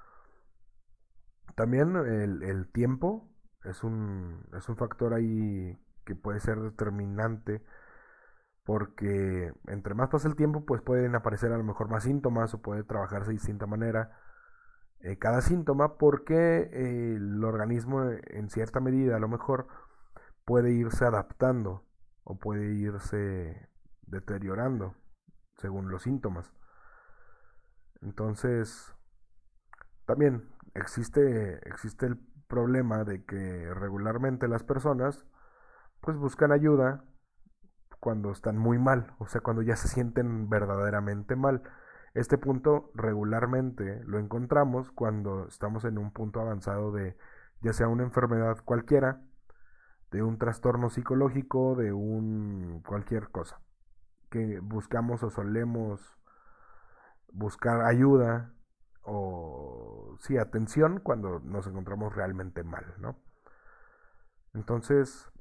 También el tiempo es un factor ahí que puede ser determinante porque entre más pasa el tiempo, pues pueden aparecer a lo mejor más síntomas o puede trabajarse de distinta manera cada síntoma porque el organismo en cierta medida a lo mejor puede irse adaptando o puede irse deteriorando según los síntomas. Entonces, también existe el problema de que regularmente las personas pues buscan ayuda cuando están muy mal, o sea, cuando ya se sienten verdaderamente mal. Este punto regularmente lo encontramos cuando estamos en un punto avanzado de ya sea una enfermedad cualquiera de un trastorno psicológico, de un cualquier cosa, que buscamos o solemos buscar ayuda o sí, atención cuando nos encontramos realmente mal, ¿no? Entonces,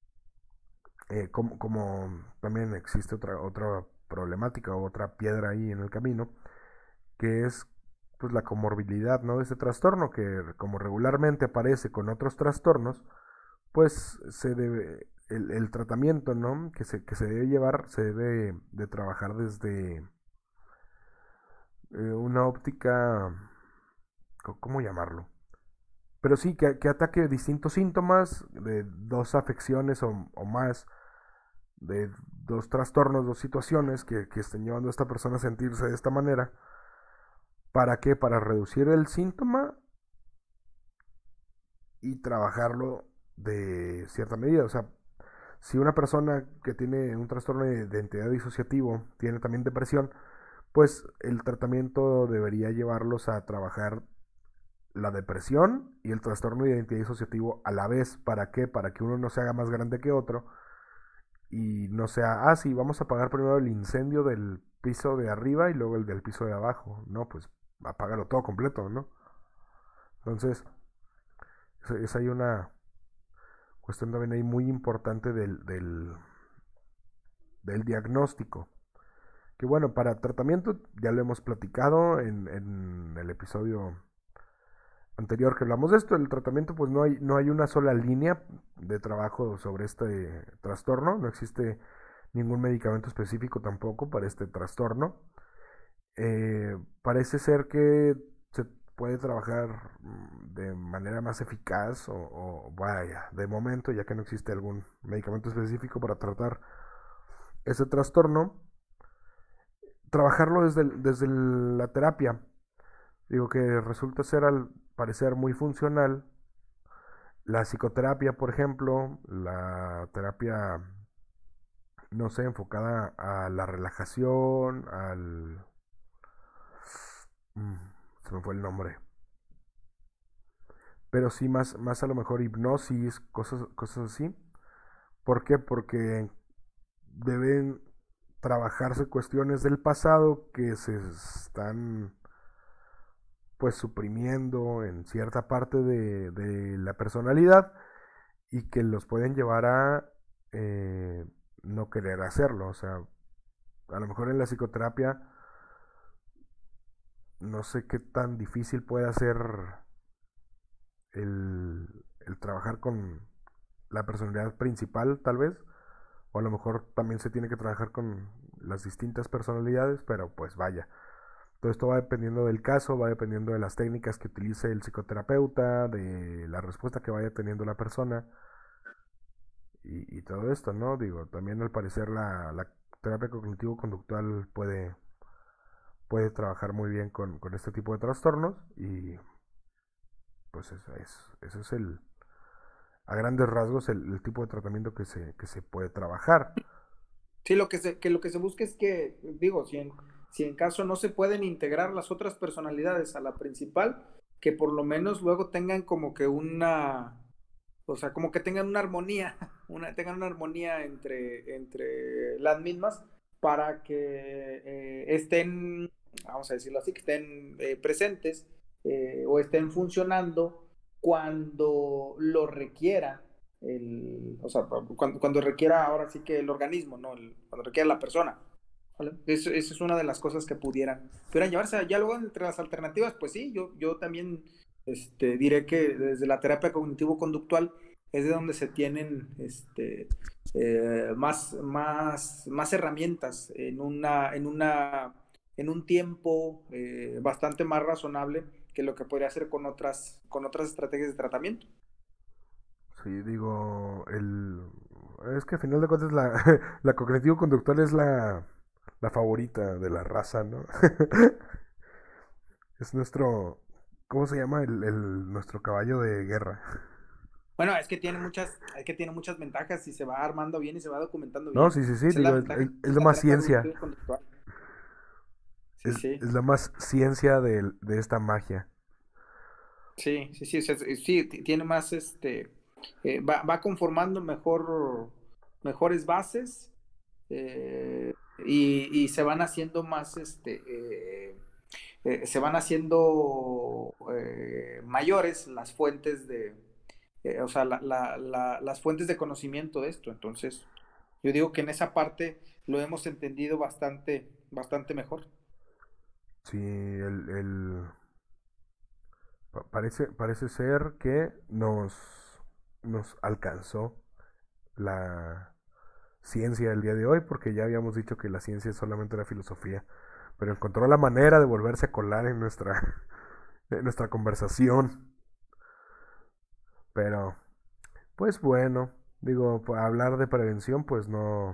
como también existe otra problemática o otra piedra ahí en el camino, que es pues la comorbilidad, ¿no? De este trastorno que como regularmente aparece con otros trastornos, pues se debe el tratamiento, ¿no? Que se debe llevar, se debe de trabajar desde una óptica, ¿cómo llamarlo? Pero sí, que ataque distintos síntomas de dos afecciones o más, de dos trastornos, dos situaciones que estén llevando a esta persona a sentirse de esta manera. ¿Para qué? Para reducir el síntoma y trabajarlo de cierta medida. O sea, si una persona que tiene un trastorno de identidad disociativo tiene también depresión, pues el tratamiento debería llevarlos a trabajar la depresión y el trastorno de identidad disociativo a la vez. ¿Para qué? Para que uno no se haga más grande que otro y no sea, ah, sí, vamos a apagar primero el incendio del piso de arriba y luego el del piso de abajo. No, pues apágalo todo completo, ¿no? Entonces, es ahí una cuestión también ahí muy importante del diagnóstico. Que bueno, para tratamiento ya lo hemos platicado en el episodio anterior que hablamos de esto. El tratamiento, pues no hay una sola línea de trabajo sobre este trastorno. No existe ningún medicamento específico tampoco para este trastorno. Parece ser que se puede trabajar de manera más eficaz o vaya, de momento, ya que no existe algún medicamento específico para tratar ese trastorno, trabajarlo desde la terapia. Digo que resulta ser al parecer muy funcional. La psicoterapia, por ejemplo, la terapia, no sé, enfocada a la relajación, mm, se me fue el nombre. Pero sí más a lo mejor hipnosis, cosas así. ¿Por qué? Porque deben trabajarse cuestiones del pasado que se están pues suprimiendo en cierta parte de la personalidad y que los pueden llevar a no querer hacerlo. O sea, a lo mejor en la psicoterapia no sé qué tan difícil puede ser el trabajar con la personalidad principal, tal vez. O a lo mejor también se tiene que trabajar con las distintas personalidades, pero pues vaya. Todo esto va dependiendo del caso, va dependiendo de las técnicas que utilice el psicoterapeuta, de la respuesta que vaya teniendo la persona y todo esto, ¿no? Digo, también al parecer la terapia cognitivo-conductual puede trabajar muy bien con este tipo de trastornos y pues ese es a grandes rasgos el tipo de tratamiento que se puede trabajar. Sí, lo que se busca es que, digo, si en caso no se pueden integrar las otras personalidades a la principal, que por lo menos luego tengan como que o sea, como que tengan una armonía, tengan una armonía entre las mismas para que estén, vamos a decirlo así, que estén presentes o estén funcionando cuando lo requiera o sea, cuando requiera ahora sí que el organismo, ¿no? Cuando requiera la persona. ¿Vale? Eso es una de las cosas que pudieran llevarse. Ya luego entre las alternativas, pues sí, yo también diré que desde la terapia cognitivo-conductual es de donde se tienen más herramientas en un tiempo bastante más razonable que lo que podría hacer con otras estrategias de tratamiento. Sí, digo, es que al final de cuentas la cognitivo-conductual es la favorita de la raza, ¿no? Es ¿cómo se llama? Nuestro caballo de guerra. Bueno, es que tiene muchas ventajas y se va armando bien y se va documentando No, bien. sí, sí, sí, Esa es la digo, ventaja que es tiene la la más terapia ciencia. cognitivo-conductual. Sí, sí. Es la más ciencia de esta magia. Sí, sí, sí, sí, tiene más, va conformando mejores bases, y se van haciendo más, se van haciendo mayores las fuentes o sea, las fuentes de conocimiento de esto. Entonces, yo digo que en esa parte lo hemos entendido bastante mejor. Sí, parece ser que nos alcanzó la ciencia el día de hoy, porque ya habíamos dicho que la ciencia solamente era filosofía, pero encontró la manera de volverse a colar en en nuestra conversación. Pero, pues bueno, digo, hablar de prevención, pues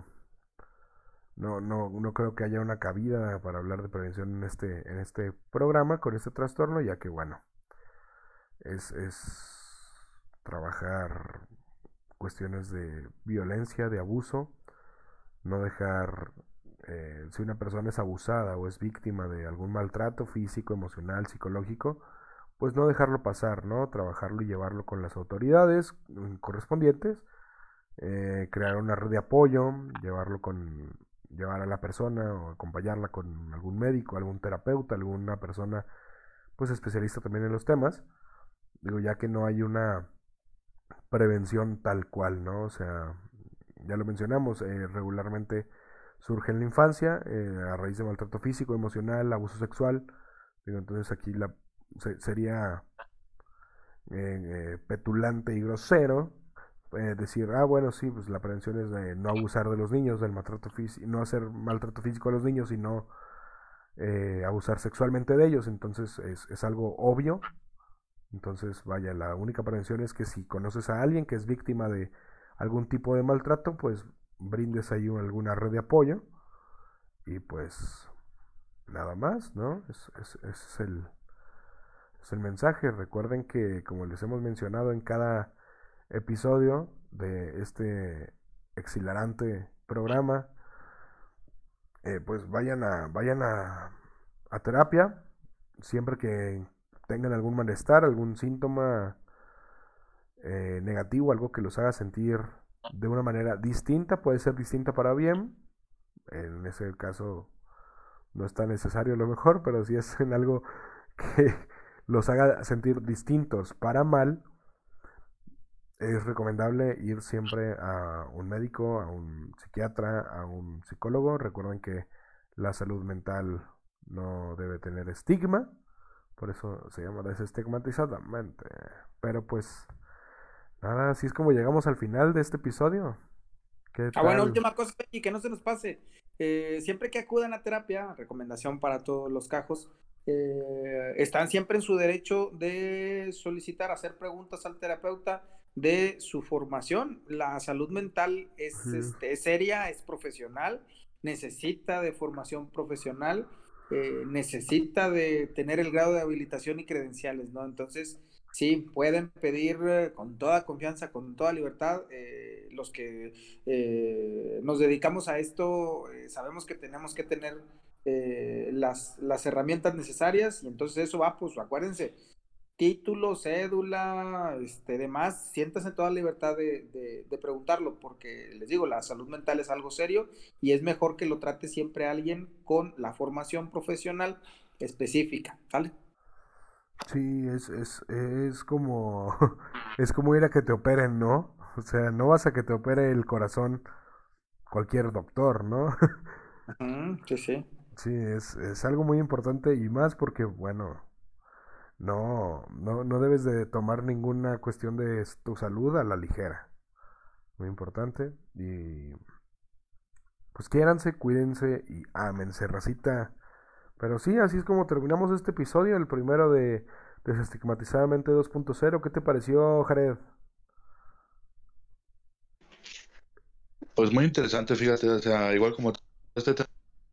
no creo que haya una cabida para hablar de prevención en este programa con este trastorno, ya que bueno, es trabajar cuestiones de violencia, de abuso, no dejar, si una persona es abusada o es víctima de algún maltrato físico, emocional, psicológico, pues no dejarlo pasar, ¿no? Trabajarlo y llevarlo con las autoridades correspondientes, crear una red de apoyo, llevar a la persona o acompañarla con algún médico, algún terapeuta, alguna persona pues especialista también en los temas. Digo, ya que no hay una prevención tal cual, ¿no? O sea, ya lo mencionamos, regularmente surge en la infancia a raíz de maltrato físico, emocional, abuso sexual. Digo, entonces aquí sería petulante y grosero decir, ah, bueno, sí, pues la prevención es de no abusar de los niños, del maltrato físico, no hacer maltrato físico a los niños y no abusar sexualmente de ellos. Entonces es algo obvio. Entonces, vaya, la única prevención es que si conoces a alguien que es víctima de algún tipo de maltrato, pues brindes ahí alguna red de apoyo y pues nada más, ¿no? Es el mensaje. Recuerden que, como les hemos mencionado en cada episodio de este exhilarante programa, pues a terapia siempre que tengan algún malestar, algún síntoma negativo, algo que los haga sentir de una manera distinta, puede ser distinta para bien. En ese caso no es tan necesario a lo mejor, pero si es en algo que los haga sentir distintos para mal, es recomendable ir siempre a un médico, a un psiquiatra, a un psicólogo. Recuerden que la salud mental no debe tener estigma, por eso se llama desestigmatizadamente. Pero pues nada, así es como llegamos al final de este episodio. ¿Qué Bueno, tal? última cosa, y que no se nos pase. Siempre que acudan a terapia, recomendación para todos los cajos, están siempre en su derecho de solicitar, hacer preguntas al terapeuta de su formación. La salud mental Ujú. es seria, es profesional, necesita de formación profesional, necesita de tener el grado de habilitación y credenciales, ¿no? Entonces, sí, pueden pedir con toda confianza, con toda libertad. Los que nos dedicamos a esto, sabemos que tenemos que tener las herramientas necesarias, y entonces eso va, pues acuérdense, título, cédula, demás, siéntanse en toda libertad de preguntarlo, porque les digo, la salud mental es algo serio y es mejor que lo trate siempre alguien con la formación profesional específica, ¿sale? Sí, es como, es como ir a que te operen, ¿no? O sea, no vas a que te opere el corazón cualquier doctor, ¿no? Ujú, sí, sí. Sí, es algo muy importante y más porque, bueno, no debes de tomar ninguna cuestión de tu salud a la ligera. Muy importante. Y pues quiéranse, cuídense y ámense, racita. Pero sí, así es como terminamos este episodio, el primero de Desestigmatizadamente 2.0. ¿Qué te pareció, Jared? Pues muy interesante, fíjate, o sea, igual como este tema,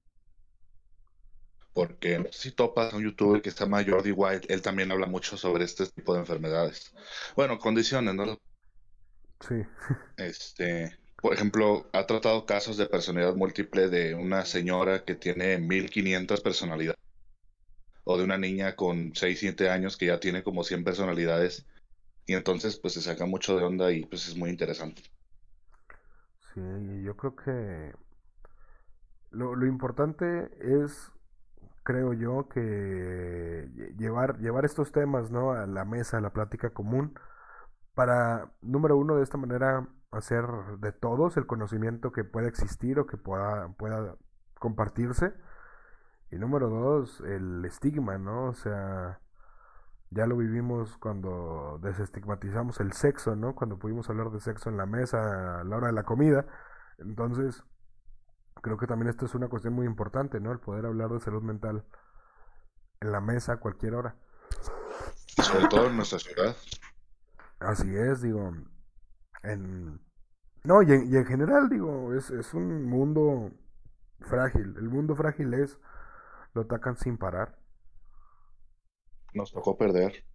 porque no sé si topas a un youtuber que se llama Jordi White, él también habla mucho sobre este tipo de enfermedades. Bueno, condiciones, ¿no? Sí. Por ejemplo, ha tratado casos de personalidad múltiple de una señora que tiene 1500 personalidades, o de una niña con 6 7 años que ya tiene como 100 personalidades. y entonces pues se saca mucho de onda y pues es muy interesante. Sí, yo creo que lo importante es, creo yo, que llevar estos temas, ¿no? A la mesa, a la plática común, para, número uno, de esta manera hacer de todos el conocimiento que pueda existir o que pueda compartirse. Y número dos, el estigma, ¿no? O sea, ya lo vivimos cuando desestigmatizamos el sexo, ¿no? Cuando pudimos hablar de sexo en la mesa a la hora de la comida. Entonces, creo que también esto es una cuestión muy importante, ¿no? El poder hablar de salud mental en la mesa a cualquier hora. Sobre todo en nuestra ciudad. Así es, digo, en... No, y en general, digo, es un mundo frágil. El mundo frágil es, lo atacan sin parar. Nos tocó perder.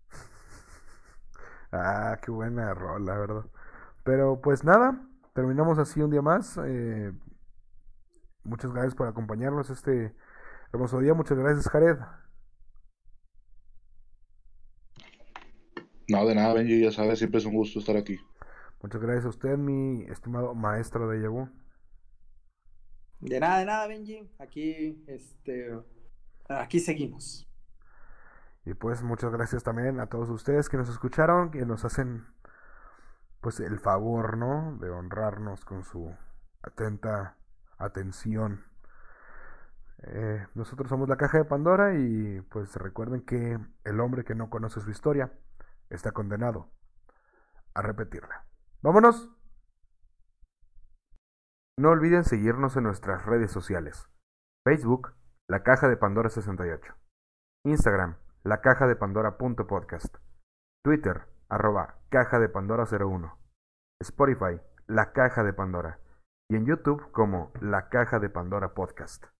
Ah, qué buena rola, ¿verdad? Pero pues nada, terminamos así un día más. Muchas gracias por acompañarnos este hermoso día. Muchas gracias, Jared. No, de nada, Benji, ya sabes, siempre es un gusto estar aquí. Muchas gracias a usted, mi estimado maestro de Yabú. De nada, Benji. Aquí seguimos. Y pues muchas gracias también a todos ustedes que nos escucharon, que nos hacen pues el favor, ¿no? De honrarnos con su atenta atención. Nosotros somos la Caja de Pandora y pues recuerden que el hombre que no conoce su historia está condenado a repetirla. ¡Vámonos! No olviden seguirnos en nuestras redes sociales. Facebook, La Caja de Pandora 68. Instagram, La Caja de Pandora.podcast. Twitter, @Caja de Pandora 01. Spotify, La Caja de Pandora. Y en YouTube como La Caja de Pandora Podcast.